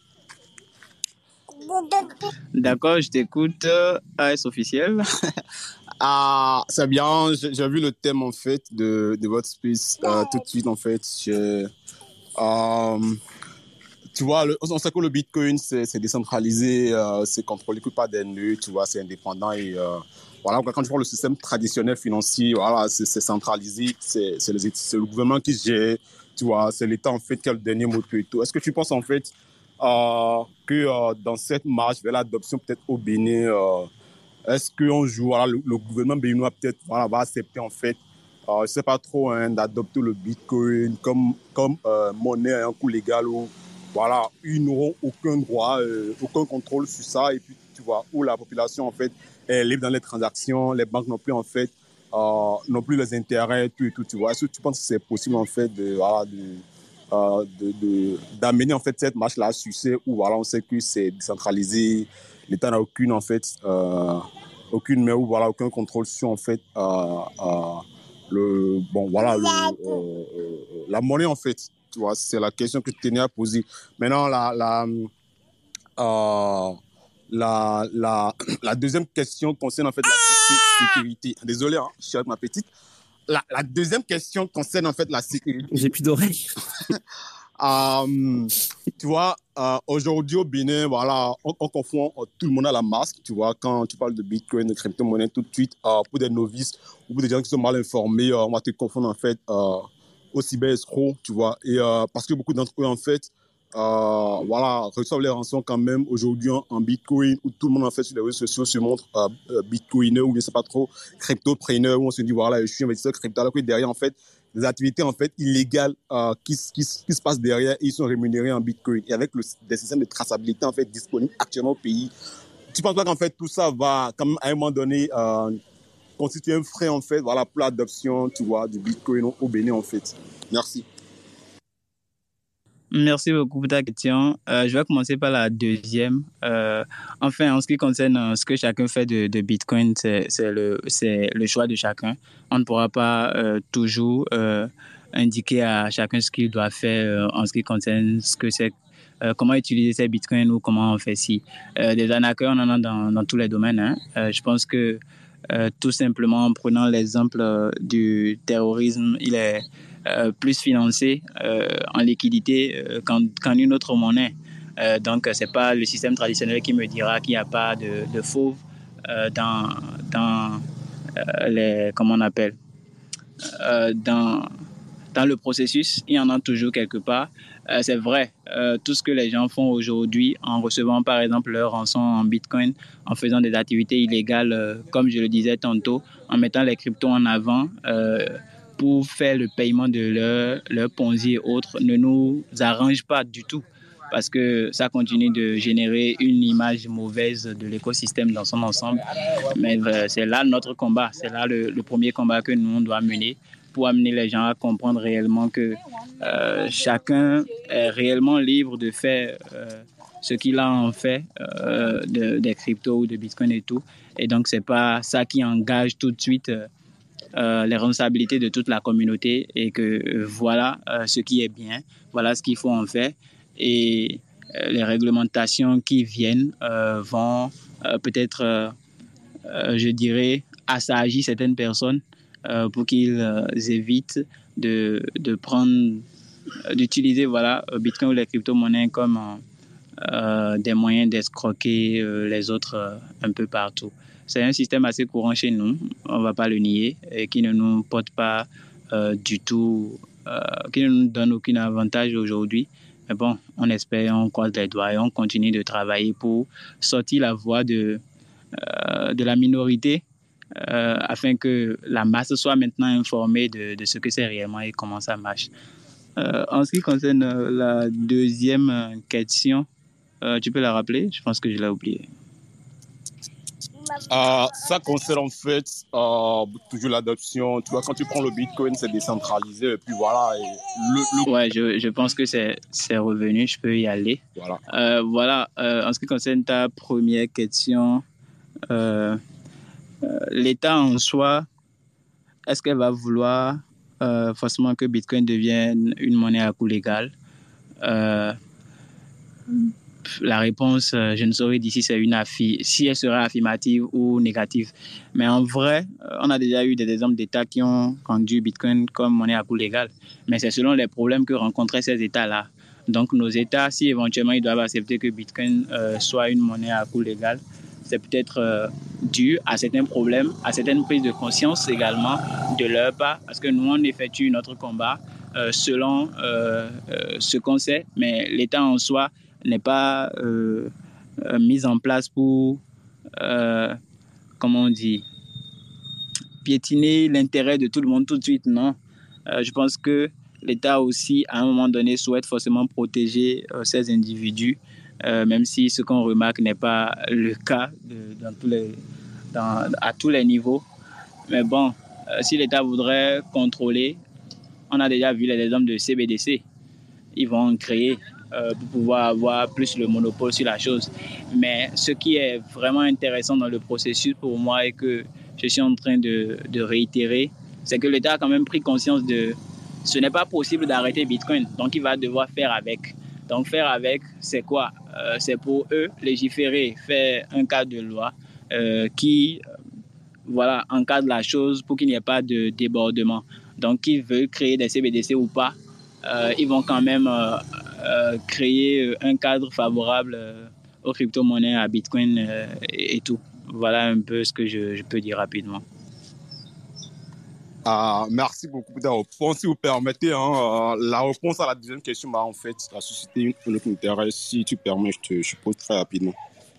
D'accord, je t'écoute. A S officiel. Ah, c'est bien. J'ai, j'ai vu le thème, en fait, de, de votre space euh, tout de suite, en fait. Je, euh, tu vois, le, on sait que le Bitcoin, c'est, c'est décentralisé, euh, c'est contrôlé que par des nœuds, tu vois, c'est indépendant et... Euh, Voilà, quand tu vois le système traditionnel financier, voilà, c'est, c'est centralisé, c'est, c'est, les, c'est le gouvernement qui gère, tu vois, c'est l'État en fait qui a le dernier mot et tout. Est-ce que tu penses en fait euh, que euh, dans cette marche vers l'adoption peut-être au Bénin, euh, est-ce qu'on joue, voilà, le, le gouvernement béninois peut-être voilà, va accepter en fait, euh, je ne sais pas trop, hein, d'adopter le Bitcoin comme, comme euh, monnaie à un coût légal où voilà, ils n'auront aucun droit, euh, aucun contrôle sur ça et puis tu vois, où la population en fait est libre dans les transactions, les banques n'ont plus en fait, euh, n'ont plus les intérêts, tout et tout, tu vois. Est-ce que tu penses que c'est possible en fait de, voilà, de, euh, de, de, d'amener en fait cette marche-là à succès où voilà, on sait que c'est décentralisé, l'État n'a aucune en fait, euh, aucune mais où voilà, aucun contrôle sur en fait euh, euh, le, bon voilà, le, euh, euh, la monnaie en fait. Tu vois, c'est la question que je tenais à poser. Maintenant, la, la, euh, la, la, la deuxième question concerne en fait la sécurité. Désolé, hein, je suis avec ma petite. La, la deuxième question concerne en fait la sécurité. J'ai plus d'oreilles. euh, tu vois, euh, aujourd'hui au Bénin, voilà, on, on confond euh, tout le monde à la masque, tu vois, quand tu parles de Bitcoin, de crypto-monnaie, tout de suite, euh, pour des novices ou pour des gens qui sont mal informés, euh, on va te confondre en fait euh, au cyber-escroc, tu vois, et euh, parce que beaucoup d'entre eux, en fait, euh, voilà, reçoivent les rançons quand même aujourd'hui en, en Bitcoin, où tout le monde, en fait, sur les réseaux sociaux se montre euh, euh, Bitcoiner ou je ne sais pas trop, crypto-trainer, où on se dit, voilà, je suis investisseur crypto, alors que derrière, en fait, des activités en fait illégales euh, qui, qui, qui se passent derrière et ils sont rémunérés en Bitcoin. Et avec le, des systèmes de traçabilité en fait disponibles actuellement au pays, tu penses pas qu'en fait tout ça va quand même à un moment donné euh, constituer un frein en fait, voilà, pour l'adoption, tu vois, du Bitcoin au, au Bénin en fait. Merci. Merci beaucoup pour ta question. Euh, je vais commencer par la deuxième. Euh, enfin, en ce qui concerne euh, ce que chacun fait de, de Bitcoin, c'est, c'est, le, c'est le choix de chacun. On ne pourra pas euh, toujours euh, indiquer à chacun ce qu'il doit faire euh, en ce qui concerne ce que c'est, euh, comment utiliser ces Bitcoins ou comment on fait ci. Euh, des arnaqueurs, on en a dans, dans tous les domaines. Hein. Euh, je pense que euh, tout simplement en prenant l'exemple euh, du terrorisme, il est Euh, plus financé euh, en liquidité euh, qu'en, qu'en une autre monnaie. Euh, donc, ce n'est pas le système traditionnel qui me dira qu'il n'y a pas de, de fauve euh, dans, dans euh, les, comment on appelle, euh, dans, dans le processus. Il y en a toujours quelque part. Euh, c'est vrai, euh, tout ce que les gens font aujourd'hui en recevant par exemple leur rançon en Bitcoin, en faisant des activités illégales, euh, comme je le disais tantôt, en mettant les cryptos en avant, euh, pour faire le paiement de leur, leur Ponzi et autres ne nous arrange pas du tout parce que ça continue de générer une image mauvaise de l'écosystème dans son ensemble. Mais euh, c'est là notre combat, c'est là le, le premier combat que nous on doit mener pour amener les gens à comprendre réellement que euh, chacun est réellement libre de faire euh, ce qu'il a en fait euh, de, des cryptos ou de Bitcoin et tout. Et donc, c'est pas ça qui engage tout de suite euh, Euh, les responsabilités de toute la communauté et que euh, voilà euh, ce qui est bien, voilà ce qu'il faut en faire. Et euh, les réglementations qui viennent euh, vont euh, peut-être, euh, euh, je dirais, assagir certaines personnes euh, pour qu'ils euh, évitent de, de prendre, d'utiliser voilà, Bitcoin ou les crypto-monnaies comme euh, des moyens d'escroquer euh, les autres euh, un peu partout. C'est un système assez courant chez nous, on ne va pas le nier, et qui ne nous porte pas euh, du tout, euh, qui ne nous donne aucun avantage aujourd'hui. Mais bon, on espère, on croise les doigts et on continue de travailler pour sortir la voix de, euh, de la minorité euh, afin que la masse soit maintenant informée de, de ce que c'est réellement et comment ça marche. Euh, en ce qui concerne la deuxième question, euh, tu peux la rappeler? Je pense que je l'ai oublié. Euh, ça concerne en fait euh, toujours l'adoption. Tu vois, quand tu prends le Bitcoin, c'est décentralisé et puis voilà. Et le, le... Ouais, je, je pense que c'est, c'est revenu. Je peux y aller. Voilà. Euh, voilà. Euh, en ce qui concerne ta première question, euh, euh, l'État en soi, est-ce qu'elle va vouloir euh, forcément que Bitcoin devienne une monnaie à coût légal? Euh, La réponse, je ne saurais dire si, c'est une affi- si elle sera affirmative ou négative. Mais en vrai, on a déjà eu des exemples d'États qui ont rendu Bitcoin comme monnaie à coût légal. Mais c'est selon les problèmes que rencontraient ces États-là. Donc, nos États, si éventuellement ils doivent accepter que Bitcoin euh, soit une monnaie à coût légal, c'est peut-être euh, dû à certains problèmes, à certaines prises de conscience également de leur part. Parce que nous, on effectue notre combat euh, selon euh, euh, ce qu'on sait. Mais l'État en soi n'est pas euh, euh, mise en place pour, euh, comment on dit, piétiner l'intérêt de tout le monde tout de suite, non. Euh, je pense que l'État aussi, à un moment donné, souhaite forcément protéger euh, ces individus, euh, même si ce qu'on remarque n'est pas le cas de, dans tous les, dans, à tous les niveaux. Mais bon, euh, si l'État voudrait contrôler, on a déjà vu les exemples de C B D C. Ils vont en créer euh, pour pouvoir avoir plus le monopole sur la chose. Mais ce qui est vraiment intéressant dans le processus pour moi et que je suis en train de, de réitérer, c'est que l'État a quand même pris conscience de ce n'est pas possible d'arrêter Bitcoin. Donc, il va devoir faire avec. Donc, faire avec, c'est quoi? euh, C'est pour eux légiférer, faire un cadre de loi euh, qui euh, voilà, encadre la chose pour qu'il n'y ait pas de débordement. Donc, qu'ils veulent créer des C B D C ou pas, euh, ils vont quand même euh, euh, créer un cadre favorable euh, aux crypto-monnaies, à Bitcoin euh, et, et tout. Voilà un peu ce que je, je peux dire rapidement. Ah, merci beaucoup pour ta réponse. Si vous permettez, hein, euh, la réponse à la deuxième question, bah, en fait, a suscité un autre intérêt. Si tu permets, je te je pose très rapidement.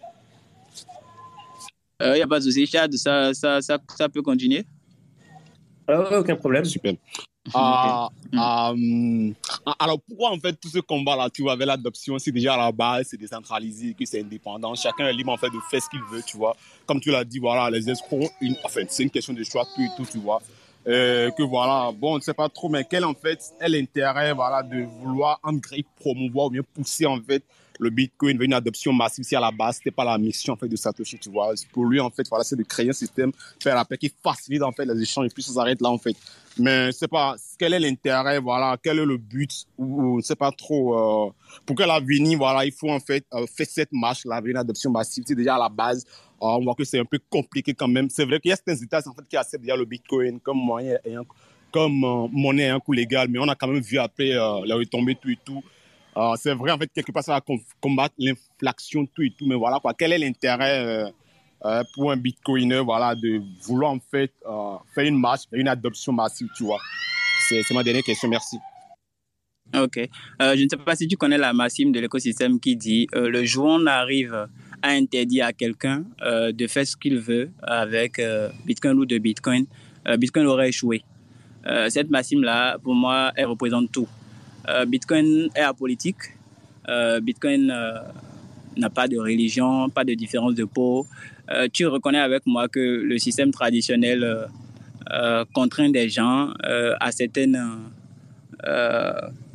Il n'y a pas de souci, Chad, ça, ça, ça, ça peut continuer. Ah, aucun problème. Super. Ah, okay. euh, alors, pourquoi en fait tout ce combat-là, tu vois, avec l'adoption, c'est déjà à la base, c'est décentralisé, que c'est indépendant, chacun est libre en fait de faire ce qu'il veut, tu vois. Comme tu l'as dit, voilà, les escrocs, une, en fait, c'est une question de choix, tout et tout, tu vois. Euh, que voilà, bon, on ne sait pas trop, mais quel en fait est l'intérêt, voilà, de vouloir en gré promouvoir ou bien pousser en fait le Bitcoin vers une adoption massive si à la base c'était pas la mission en fait de Satoshi, tu vois. Pour lui en fait, voilà, c'est de créer un système, faire la paix qui facilite en fait les échanges et puis ça s'arrête là en fait. Mais c'est pas quel est l'intérêt, voilà, quel est le but ou, ou c'est pas trop euh, pour que l'avenir, voilà, il faut en fait euh, faire cette marche là vers une adoption massive. C'est déjà à la base. Euh, on voit que c'est un peu compliqué quand même. C'est vrai qu'il y a certains États en fait qui acceptent déjà le Bitcoin comme moyen, comme euh, monnaie à un coût légal, mais on a quand même vu après euh, les retombées tout et tout. Euh, c'est vrai en fait quelque part ça va combattre l'inflation tout et tout, mais voilà quoi. Quel est l'intérêt euh, euh, pour un Bitcoiner, voilà, de vouloir en fait euh, faire une marche, une adoption massive, tu vois. C'est, c'est ma dernière question, merci. Ok. Euh, je ne sais pas si tu connais la maxime de l'écosystème qui dit euh, le jour où on arrive à interdire à quelqu'un euh, de faire ce qu'il veut avec euh, Bitcoin ou de Bitcoin, euh, Bitcoin aurait échoué. Euh, cette maxime-là, pour moi, elle représente tout. Euh, Bitcoin est apolitique. Euh, Bitcoin euh, n'a pas de religion, pas de différence de peau. Euh, tu reconnais avec moi que le système traditionnel euh, euh, contraint des gens euh, à certaines... Euh,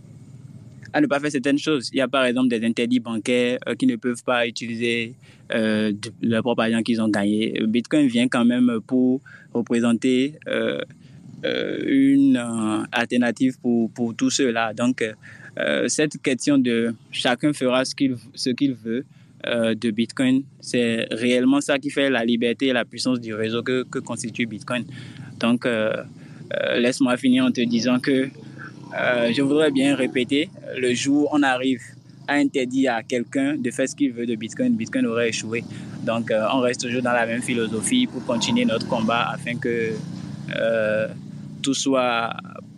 à ne pas faire certaines choses. Il y a par exemple des interdits bancaires euh, qui ne peuvent pas utiliser euh, leur propre argent qu'ils ont gagné. Bitcoin vient quand même pour représenter euh, euh, une euh, alternative pour, pour tous ceux-là. Donc, euh, cette question de chacun fera ce qu'il, ce qu'il veut euh, de Bitcoin, c'est réellement ça qui fait la liberté et la puissance du réseau que, que constitue Bitcoin. Donc, euh, euh, laisse-moi finir en te disant que Euh, je voudrais bien répéter, le jour où on arrive à interdire à quelqu'un de faire ce qu'il veut de Bitcoin, Bitcoin aurait échoué. Donc, euh, on reste toujours dans la même philosophie pour continuer notre combat afin que euh, tout soit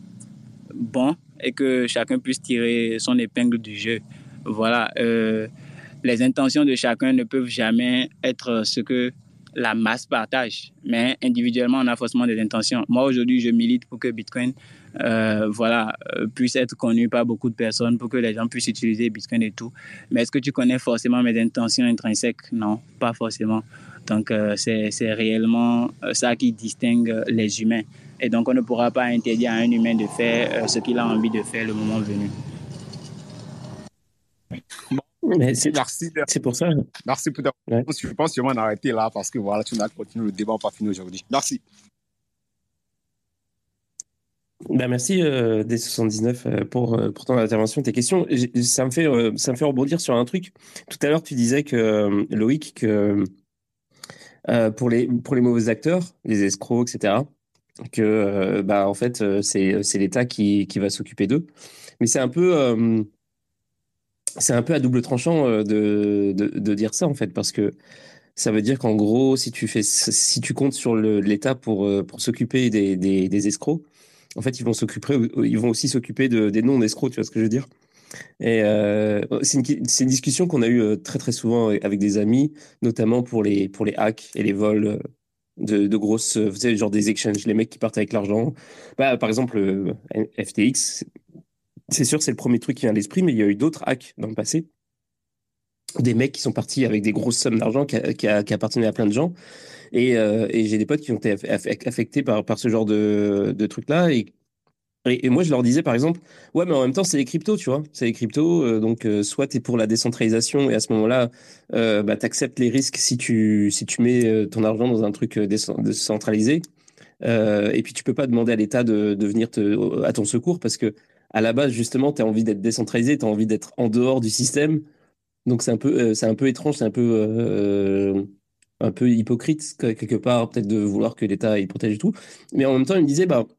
bon et que chacun puisse tirer son épingle du jeu. Voilà. Euh, les intentions de chacun ne peuvent jamais être ce que la masse partage, mais individuellement, on a forcément des intentions. Moi, aujourd'hui, je milite pour que Bitcoin euh, voilà, euh, puisse être connu par beaucoup de personnes, pour que les gens puissent utiliser Bitcoin et tout. Mais est-ce que tu connais forcément mes intentions intrinsèques? Non, pas forcément. Donc, euh, c'est, c'est réellement ça qui distingue les humains. Et donc, on ne pourra pas interdire à un humain de faire euh, ce qu'il a envie de faire le moment venu. Mais c'est, merci. C'est pour ça. Merci pour ta réponse. Ouais. Je pense que on va arrêter là parce que voilà, tu n'as continué le débat, on pas fini aujourd'hui. Merci. Ben merci euh, D soixante-dix-neuf euh, pour, pour ton intervention, tes questions. J- ça me fait euh, ça me fait rebondir sur un truc. Tout à l'heure, tu disais que euh, Loïc que euh, pour les pour les mauvais acteurs, les escrocs, et cetera, que euh, bah en fait euh, c'est c'est l'État qui qui va s'occuper d'eux. Mais c'est un peu euh, c'est un peu à double tranchant euh, de, de de dire ça en fait parce que ça veut dire qu'en gros, si tu fais, si tu comptes sur le, l'État pour, pour s'occuper des, des, des escrocs, en fait, ils vont s'occuper, ils vont aussi s'occuper de, des non-escrocs, tu vois ce que je veux dire? Et euh, c'est une, c'est une discussion qu'on a eue très très souvent avec des amis, notamment pour les, pour les hacks et les vols de, de grosses, vous savez, genre des exchanges, les mecs qui partent avec l'argent. Bah, par exemple, F T X, c'est sûr, c'est le premier truc qui vient à l'esprit, mais il y a eu d'autres hacks dans le passé. Des mecs qui sont partis avec des grosses sommes d'argent qui, qui, qui appartenaient à plein de gens. Et, euh, et j'ai des potes qui ont été affectés par, par ce genre de, de trucs-là. Et, et, et moi, je leur disais, par exemple, ouais, mais en même temps, c'est les cryptos, tu vois. C'est les cryptos. Euh, donc, euh, soit tu es pour la décentralisation et à ce moment-là, euh, bah, tu acceptes les risques si tu, si tu mets ton argent dans un truc décentralisé. Euh, et puis, tu peux pas demander à l'État de, de venir te, à ton secours parce que, à la base, justement, tu as envie d'être décentralisé, tu as envie d'être en dehors du système. Donc c'est un peu, euh, c'est un peu étrange, c'est un peu, euh, un peu hypocrite quelque part, peut-être de vouloir que l'État il protège et tout. Mais en même temps, il me disait, bah,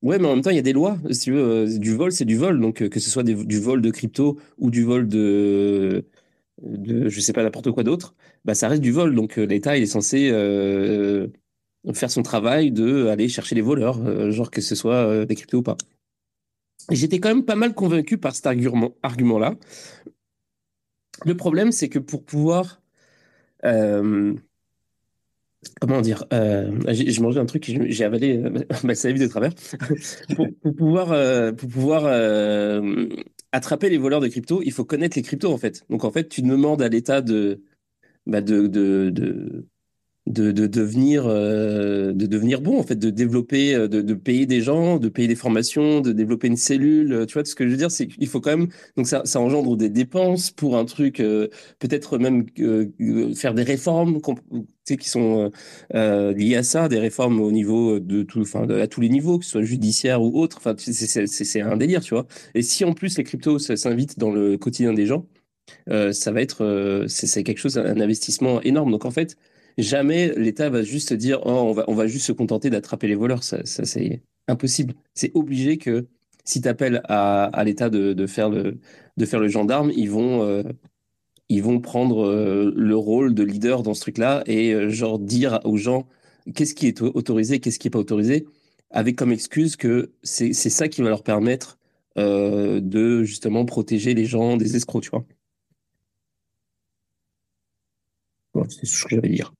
Ouais, mais en même temps, il y a des lois. Si tu veux, euh, du vol, c'est du vol. Donc, euh, que ce soit des- du vol de crypto ou du vol de, de je sais pas, n'importe quoi d'autre, bah, ça reste du vol. Donc, euh, l'État, il est censé euh, faire son travail de aller chercher les voleurs, euh, genre que ce soit euh, des cryptos ou pas. Et j'étais quand même pas mal convaincu par cet argument, argument-là. Le problème, c'est que pour pouvoir euh, comment dire, euh, j'ai j'ai mangé un truc, j'ai j'ai avalé euh, ma salive de travers pour, pour pouvoir, euh, pour pouvoir euh, attraper les voleurs de crypto, il faut connaître les cryptos en fait. Donc en fait, tu demandes à l'État de, bah, de, de, de, de, de devenir, euh, de devenir bon en fait, de développer, euh, de, de payer des gens, de payer des formations, de développer une cellule. euh, Tu vois, ce que je veux dire, c'est qu'il faut quand même, donc ça, ça engendre des dépenses pour un truc, euh, peut-être même euh, euh, faire des réformes, qu'on- tu sais, qui sont euh, euh, liées à ça, des réformes au niveau de tout, enfin, de- à tous les niveaux, que ce soit judiciaire ou autre. Enfin, c'est c'est- c'est- c'est un délire, tu vois. Et si en plus les cryptos ça s'invitent dans le quotidien des gens, euh, ça va être, euh, c'est c'est quelque chose, un investissement énorme. Donc en fait, jamais l'État va juste se dire, oh, on va, on va juste se contenter d'attraper les voleurs. Ça, ça c'est impossible. C'est obligé que si tu appelles à, à l'État de, de faire le, de faire le gendarme, ils vont, euh, ils vont prendre euh, le rôle de leader dans ce truc-là et euh, genre dire aux gens qu'est-ce qui est autorisé, qu'est-ce qui est pas autorisé, avec comme excuse que c'est c'est ça qui va leur permettre euh, de justement protéger les gens des escrocs, tu vois. Bon, c'est ce que j'allais dire.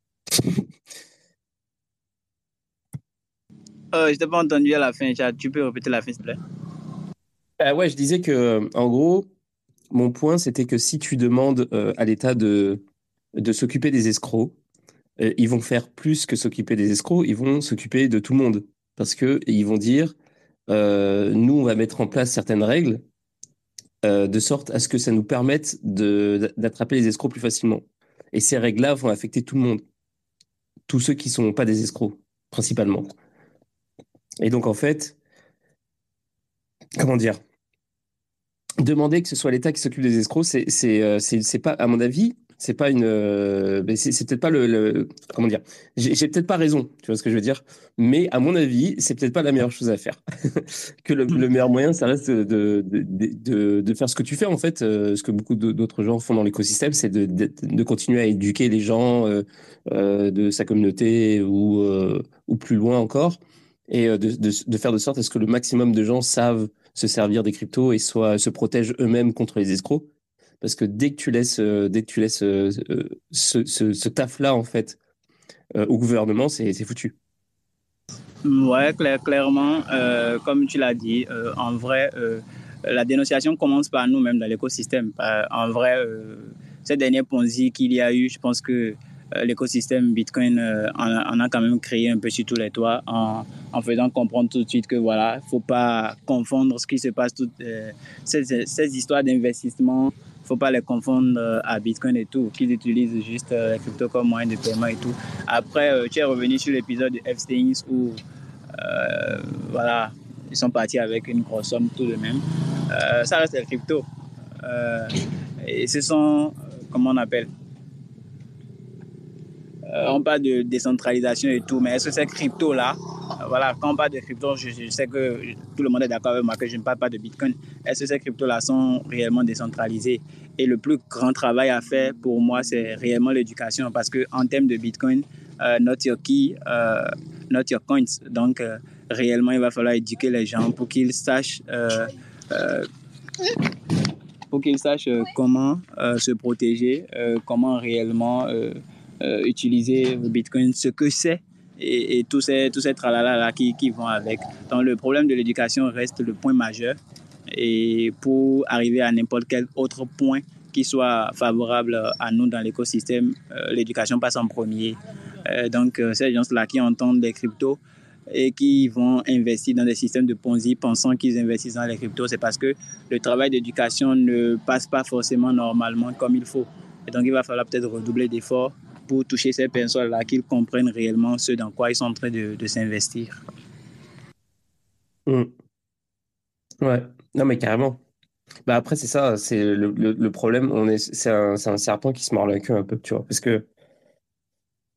Euh, je t'ai pas entendu à la fin, Chad. Tu peux répéter la fin, s'il te plaît? Euh, ouais, je disais que, en gros, mon point, c'était que si tu demandes euh, à l'État de, de s'occuper des escrocs, euh, ils vont faire plus que s'occuper des escrocs, ils vont s'occuper de tout le monde. Parce que ils vont dire, euh, nous, on va mettre en place certaines règles euh, de sorte à ce que ça nous permette de, d'attraper les escrocs plus facilement. Et ces règles-là vont affecter tout le monde, tous ceux qui sont pas des escrocs, principalement. Et donc, en fait, comment dire? Demander que ce soit l'État qui s'occupe des escrocs, c'est c'est euh, c'est c'est pas à mon avis, c'est pas une euh, mais c'est c'est peut-être pas le, le- comment dire. J'ai j'ai peut-être pas raison, tu vois ce que je veux dire, mais à mon avis, c'est peut-être pas la meilleure chose à faire. Que le, le meilleur moyen, ça reste de de, de de de faire ce que tu fais en fait, euh, ce que beaucoup de- d'autres gens font dans l'écosystème, c'est de, de de continuer à éduquer les gens euh, euh, de sa communauté ou euh, ou plus loin encore et euh, de, de de faire de sorte à ce que le maximum de gens savent se servir des cryptos et soit se protègent eux-mêmes contre les escrocs. Parce que dès que tu laisses, euh, dès que tu laisses euh, euh, ce, ce, ce taf-là, en fait, euh, au gouvernement, c'est c'est foutu. Ouais, clair, clairement, euh, comme tu l'as dit, euh, en vrai, euh, la dénonciation commence par nous-mêmes dans l'écosystème. Euh, en vrai, euh, ces derniers Ponzi qu'il y a eu, je pense que euh, l'écosystème Bitcoin euh, en, a, en a quand même créé un peu sur tous les toits en, en faisant comprendre tout de suite que voilà, faut pas confondre ce qui se passe, toutes euh, ces, ces histoires d'investissement. Faut pas les confondre euh, à Bitcoin et tout, qu'ils utilisent juste euh, les cryptos comme moyen de paiement et tout. Après, euh, tu es revenu sur l'épisode de Epstein où euh, voilà, ils sont partis avec une grosse somme tout de même. Euh, ça reste les cryptos. Euh, et ce sont, comment on appelle, euh, on parle de décentralisation et tout, mais est-ce que ces cryptos-là, euh, voilà, quand on parle de cryptos, je, je sais que tout le monde est d'accord avec moi que je ne parle pas de Bitcoin. Est-ce que ces cryptos-là sont réellement décentralisés? Et le plus grand travail à faire pour moi, c'est réellement l'éducation, parce qu'en termes de Bitcoin, euh, not your key, euh, not your coins. Donc, euh, réellement, il va falloir éduquer les gens pour qu'ils sachent, euh, euh, pour qu'ils sachent euh, comment euh, se protéger, euh, comment réellement euh, euh, utiliser le Bitcoin, ce que c'est et, et tous ces, tous ces tralala là qui, qui vont avec. Donc, le problème de l'éducation reste le point majeur. Et pour arriver à n'importe quel autre point qui soit favorable à nous dans l'écosystème, euh, l'éducation passe en premier. Euh, donc, euh, ces gens-là qui entendent les cryptos et qui vont investir dans des systèmes de Ponzi pensant qu'ils investissent dans les cryptos, c'est parce que le travail d'éducation ne passe pas forcément normalement comme il faut. Et donc, il va falloir peut-être redoubler d'efforts pour toucher ces personnes-là, qu'ils comprennent réellement ce dans quoi ils sont en train de, de s'investir. Mmh. Ouais, non mais carrément. Bah après c'est ça, c'est le, le, le problème, on est, c'est un, c'est un serpent qui se mord la queue un peu, tu vois, parce que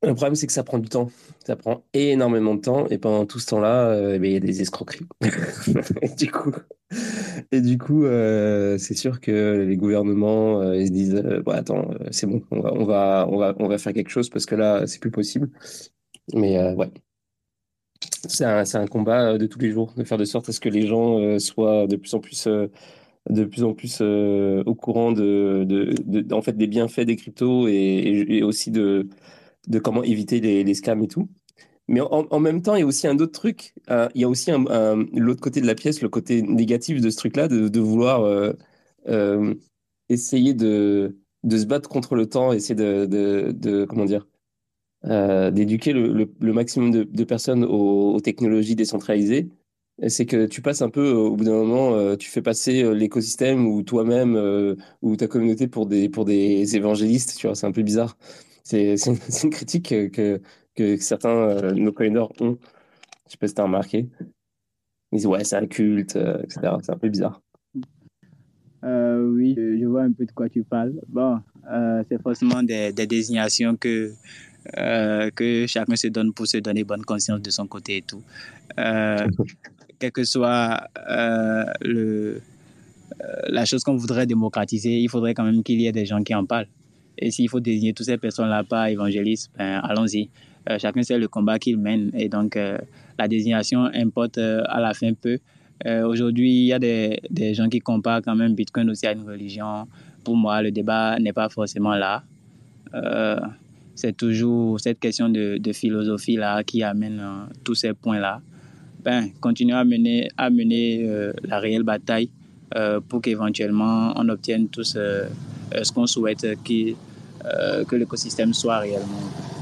Le problème, c'est que ça prend du temps. Ça prend énormément de temps. Et pendant tout ce temps-là, euh, eh ben, il y a des escroqueries. Et du coup, et du coup euh, c'est sûr que les gouvernements euh, ils se disent euh, bon, attends, euh, c'est bon, on va, on, va, on, va, on va faire quelque chose parce que là, c'est plus possible. Mais euh, ouais, c'est un, c'est un combat de tous les jours, de faire de sorte à ce que les gens euh, soient de plus en plus, euh, de plus, en plus euh, au courant de, de, de, en fait, des bienfaits des cryptos et, et, et aussi de, de comment éviter les, les scams et tout. Mais en, en même temps, il y a aussi un autre truc. euh, il y a aussi un, un- l'autre côté de la pièce, le côté négatif de ce truc-là, de, de vouloir euh, euh, essayer de, de se battre contre le temps, essayer de, de, de- comment dire, euh, d'éduquer le, le, le maximum de, de personnes aux, aux technologies décentralisées. Et c'est que tu passes un peu, euh, au bout d'un moment, euh, tu fais passer euh, l'écosystème ou toi-même euh, ou ta communauté pour des, pour des évangélistes, tu vois, c'est un peu bizarre. C'est c'est une, c'est une critique que, que, que certains euh, no-coiners ont. Je sais pas si t'as remarqué. Ils disent, ouais, c'est un culte, euh, et cetera. C'est un peu bizarre. Euh, oui, je, je vois un peu de quoi tu parles. Bon, euh, c'est forcément des, des désignations que, euh, que chacun se donne pour se donner bonne conscience de son côté et tout. Euh, quel que soit euh, le, euh, la chose qu'on voudrait démocratiser, il faudrait quand même qu'il y ait des gens qui en parlent. Et s'il faut désigner toutes ces personnes-là par évangélisme, ben, allons-y. Euh, chacun sait le combat qu'il mène. Et donc, euh, la désignation importe euh, à la fin peu. Euh, aujourd'hui, il y a des, des gens qui comparent quand même Bitcoin aussi à une religion. Pour moi, le débat n'est pas forcément là. Euh, c'est toujours cette question de, de philosophie-là qui amène euh, tous ces points-là. Ben, continuer à mener, à mener euh, la réelle bataille euh, pour qu'éventuellement on obtienne tous euh, euh, ce qu'on souhaite, euh, qui, euh, que l'écosystème soit réellement.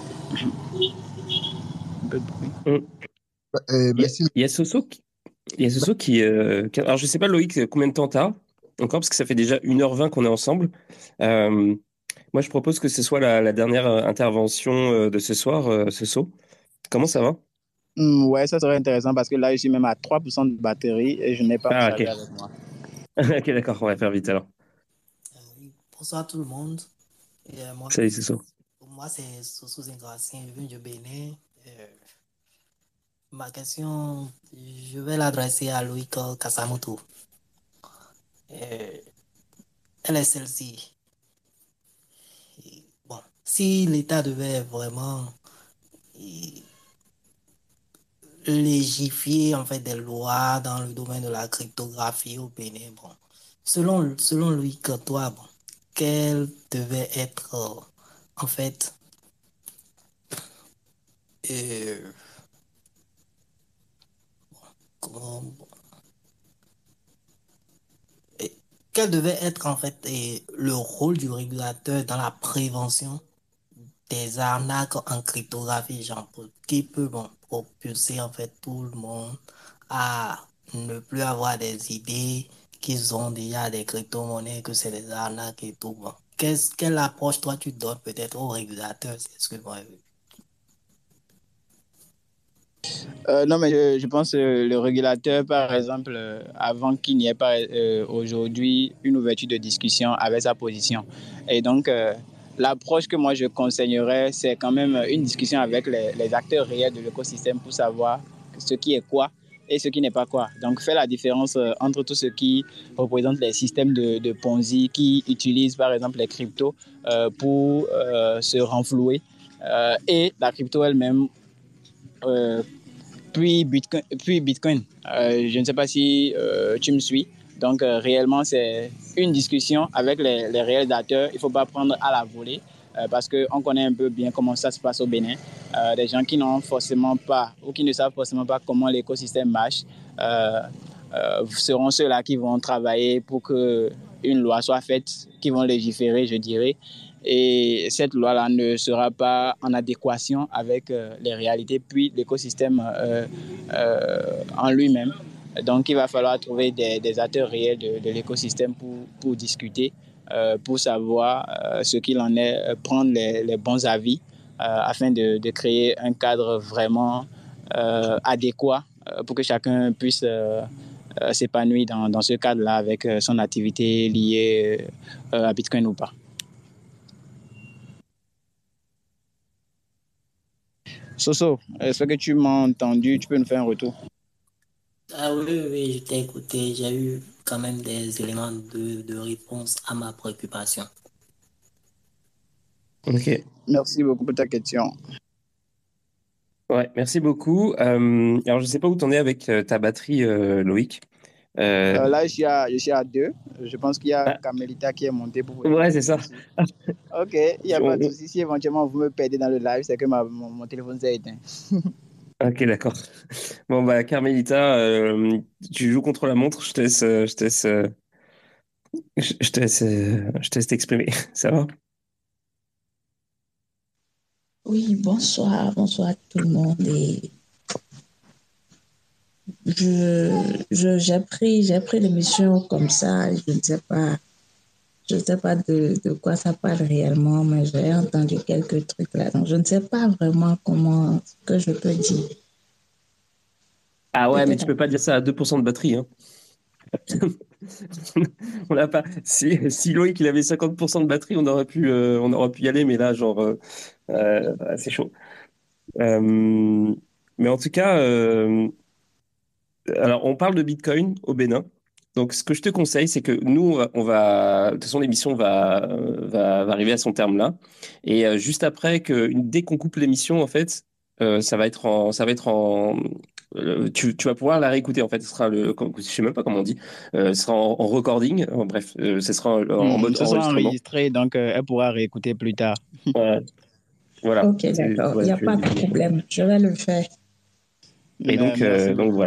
Un peu de bruit. Mm. Euh, Il y a, merci. il y a Soso qui, il y a Soso qui, euh, qui- alors je sais pas Loïc combien de temps t'as encore parce que ça fait déjà une heure vingt qu'on est ensemble. Euh, Moi je propose que ce soit la, la dernière euh, intervention euh, de ce soir, euh, Soso. Comment ça va? Mm, ouais, ça serait intéressant parce que là, je suis même à trois pour cent de batterie et je n'ai pas mon Ah chargeur ok. avec moi. Ok d'accord, on va faire vite alors. Euh, bonsoir tout le monde. Et, euh, moi, Salut Soso. moi c'est Soso Zingracien, je viens du Bénin. Euh, ma question, je vais l'adresser à Loïc Kasamoto. Euh, elle est celle-ci. Et, bon, si l'État devait vraiment euh, légiférer en fait des lois dans le domaine de la cryptographie au Bénin, bon, selon, selon Loïc, toi, bon, quelle devait être euh, en fait euh, comment- et quel devait être en fait et le rôle du régulateur dans la prévention des arnaques en cryptographie, genre pour- qui peut bon, propulser en fait tout le monde à ne plus avoir des idées qu'ils ont déjà des crypto-monnaies, que c'est des arnaques et tout. Bon. Qu'est-ce, quelle approche toi tu donnes peut-être au régulateur? Excuse-moi. Euh, non, mais je, je pense que le régulateur, par exemple, euh, avant qu'il n'y ait pas euh, aujourd'hui une ouverture de discussion avec sa position. Et donc, euh, l'approche que moi je conseillerais, c'est quand même une discussion avec les, les acteurs réels de l'écosystème pour savoir ce qui est quoi et ce qui n'est pas quoi. Donc, faire la différence euh, entre tout ce qui représente les systèmes de, de Ponzi qui utilisent, par exemple, les cryptos euh, pour euh, se renflouer euh, et la crypto elle-même. Euh, puis Bitcoin. Puis Bitcoin. Euh, je ne sais pas si euh, tu me suis. Donc, euh, réellement, c'est une discussion avec les, les réalisateurs. Il ne faut pas prendre à la volée euh, parce qu'on connaît un peu bien comment ça se passe au Bénin. Euh, des gens qui n'ont forcément pas ou qui ne savent forcément pas comment l'écosystème marche euh, euh, seront ceux-là qui vont travailler pour qu'une loi soit faite, qui vont légiférer, je dirais. Et cette loi-là ne sera pas en adéquation avec euh, les réalités, puis l'écosystème euh, euh, en lui-même. Donc, il va falloir trouver des, des acteurs réels de, de l'écosystème pour, pour discuter, euh, pour savoir euh, ce qu'il en est, euh, prendre les, les bons avis euh, afin de, de créer un cadre vraiment euh, adéquat euh, pour que chacun puisse euh, euh, s'épanouir dans, dans ce cadre-là avec euh, son activité liée euh, à Bitcoin ou pas. Soso, est-ce que tu m'as entendu? Tu peux nous faire un retour? Ah oui, oui, oui, je t'ai écouté. J'ai eu quand même des éléments de, de réponse à ma préoccupation. Ok. Merci beaucoup pour ta question. Ouais, merci beaucoup. Euh, alors, je sais pas où tu en es avec euh, ta batterie, euh, Loïc. Euh... Euh, là, je suis, à, je suis à deux. Je pense qu'il y a Ah, Camelita qui est montée pour vous ouais, aider c'est ça. aussi. Ok, il n'y a On- pas de on- souci. Si éventuellement vous me perdez dans le live, c'est que ma, mon, mon téléphone s'est éteint. Ok, d'accord. Bon, bah, Carmelita, euh, tu joues contre la montre. Je te laisse, euh, je te laisse, euh, je je te laisse, euh, je te laisse t'exprimer. Ça va? Oui, bonsoir, bonsoir à tout le monde. Et je, je, j'ai pris, j'ai pris l'émission comme ça. Je ne sais pas, je ne sais pas de, de quoi ça parle réellement, mais j'ai entendu quelques trucs là. Donc, je ne sais pas vraiment comment, ce que je peux dire. Ah ouais, mais tu Peut-être. peux pas dire ça à deux pour cent de batterie, hein. On n'a pas. Si, si Loïc il avait cinquante pour cent de batterie, on aurait pu, euh, on aurait pu y aller, mais là, genre, euh, euh, c'est chaud. Euh, mais en tout cas, euh, alors on parle de Bitcoin au Bénin. Donc, ce que je te conseille, c'est que nous, on va, de toute façon, l'émission va, va, va arriver à son terme là. Et euh, juste après, que, dès qu'on coupe l'émission, en fait, euh, ça va être en, ça va être en, euh, tu, tu vas pouvoir la réécouter. En fait, ce sera le, je sais même pas comment on dit, euh, ce sera en, en recording. En bref, euh, ce sera en, en Hmm, mode ce sera enregistrement. enregistré, donc euh, elle pourra réécouter plus tard. Ouais. Voilà. Ok, C'est- d'accord. Il ouais, n'y a je vais pas le de dire. problème. Je vais le faire. Et Mais donc, merci euh, donc beaucoup. voilà.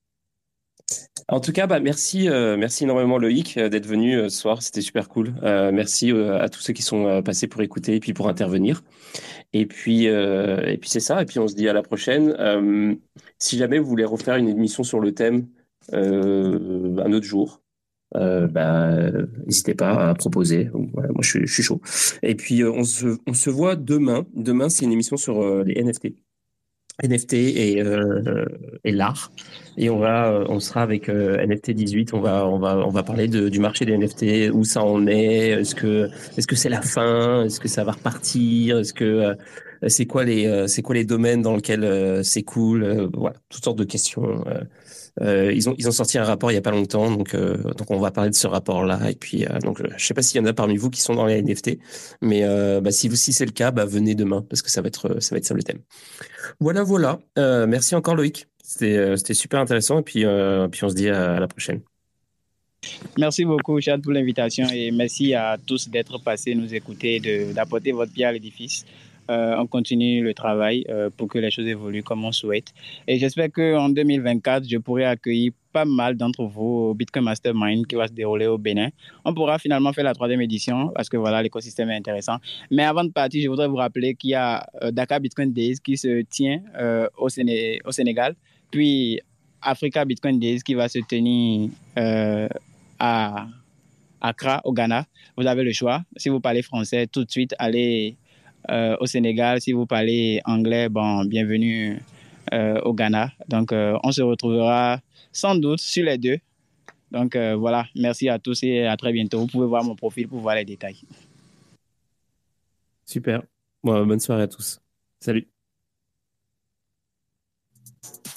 En tout cas, bah, merci, euh, merci énormément Loïc euh, d'être venu euh, ce soir, c'était super cool. Euh, merci euh, à tous ceux qui sont euh, passés pour écouter et puis pour intervenir. Et puis, euh, et puis c'est ça. Et puis on se dit à la prochaine. Euh, si jamais vous voulez refaire une émission sur le thème euh, un autre jour, euh, bah, euh, n'hésitez pas à proposer. Voilà, moi, je suis, je suis chaud. Et puis euh, on se, on se voit demain. Demain, c'est une émission sur euh, les N F T. N F T et, euh, et l'art. Et on va, euh, on sera avec euh, N F T dix-huit. On va, on va, on va parler de, du marché des N F T, où ça en est. Est-ce que, est-ce que c'est la fin? Est-ce que ça va repartir? Est-ce que euh, c'est quoi les, euh, c'est quoi les domaines dans lesquels euh, c'est cool? Euh, voilà, toutes sortes de questions. Euh, euh, ils ont, ils ont sorti un rapport il y a pas longtemps, donc, euh, donc on va parler de ce rapport-là. Et puis, euh, donc, je sais pas s'il y en a parmi vous qui sont dans les N F T, mais euh, bah, si vous, si c'est le cas, bah, venez demain parce que ça va être, ça va être ça le thème. Voilà, voilà. Euh, merci encore Loïc. C'était euh, c'était super intéressant et puis, euh, puis on se dit à, à la prochaine. Merci beaucoup, Chad, pour l'invitation et merci à tous d'être passés, nous écouter, de, d'apporter votre pierre à l'édifice. Euh, on continue le travail euh, pour que les choses évoluent comme on souhaite. Et j'espère qu'en deux mille vingt-quatre, je pourrai accueillir pas mal d'entre vous au Bitcoin Mastermind qui va se dérouler au Bénin. On pourra finalement faire la troisième édition parce que voilà, l'écosystème est intéressant. Mais avant de partir, je voudrais vous rappeler qu'il y a euh, Dakar Bitcoin Days qui se tient euh, au, Séné- au Sénégal, puis Africa Bitcoin Days qui va se tenir euh, à Accra, au Ghana. Vous avez le choix. Si vous parlez français, tout de suite, allez euh, au Sénégal. Si vous parlez anglais, bon, bienvenue euh, au Ghana. Donc, euh, on se retrouvera sans doute sur les deux. Donc, euh, voilà. Merci à tous et à très bientôt. Vous pouvez voir mon profil pour voir les détails. Super. Bon, bonne soirée à tous. Salut.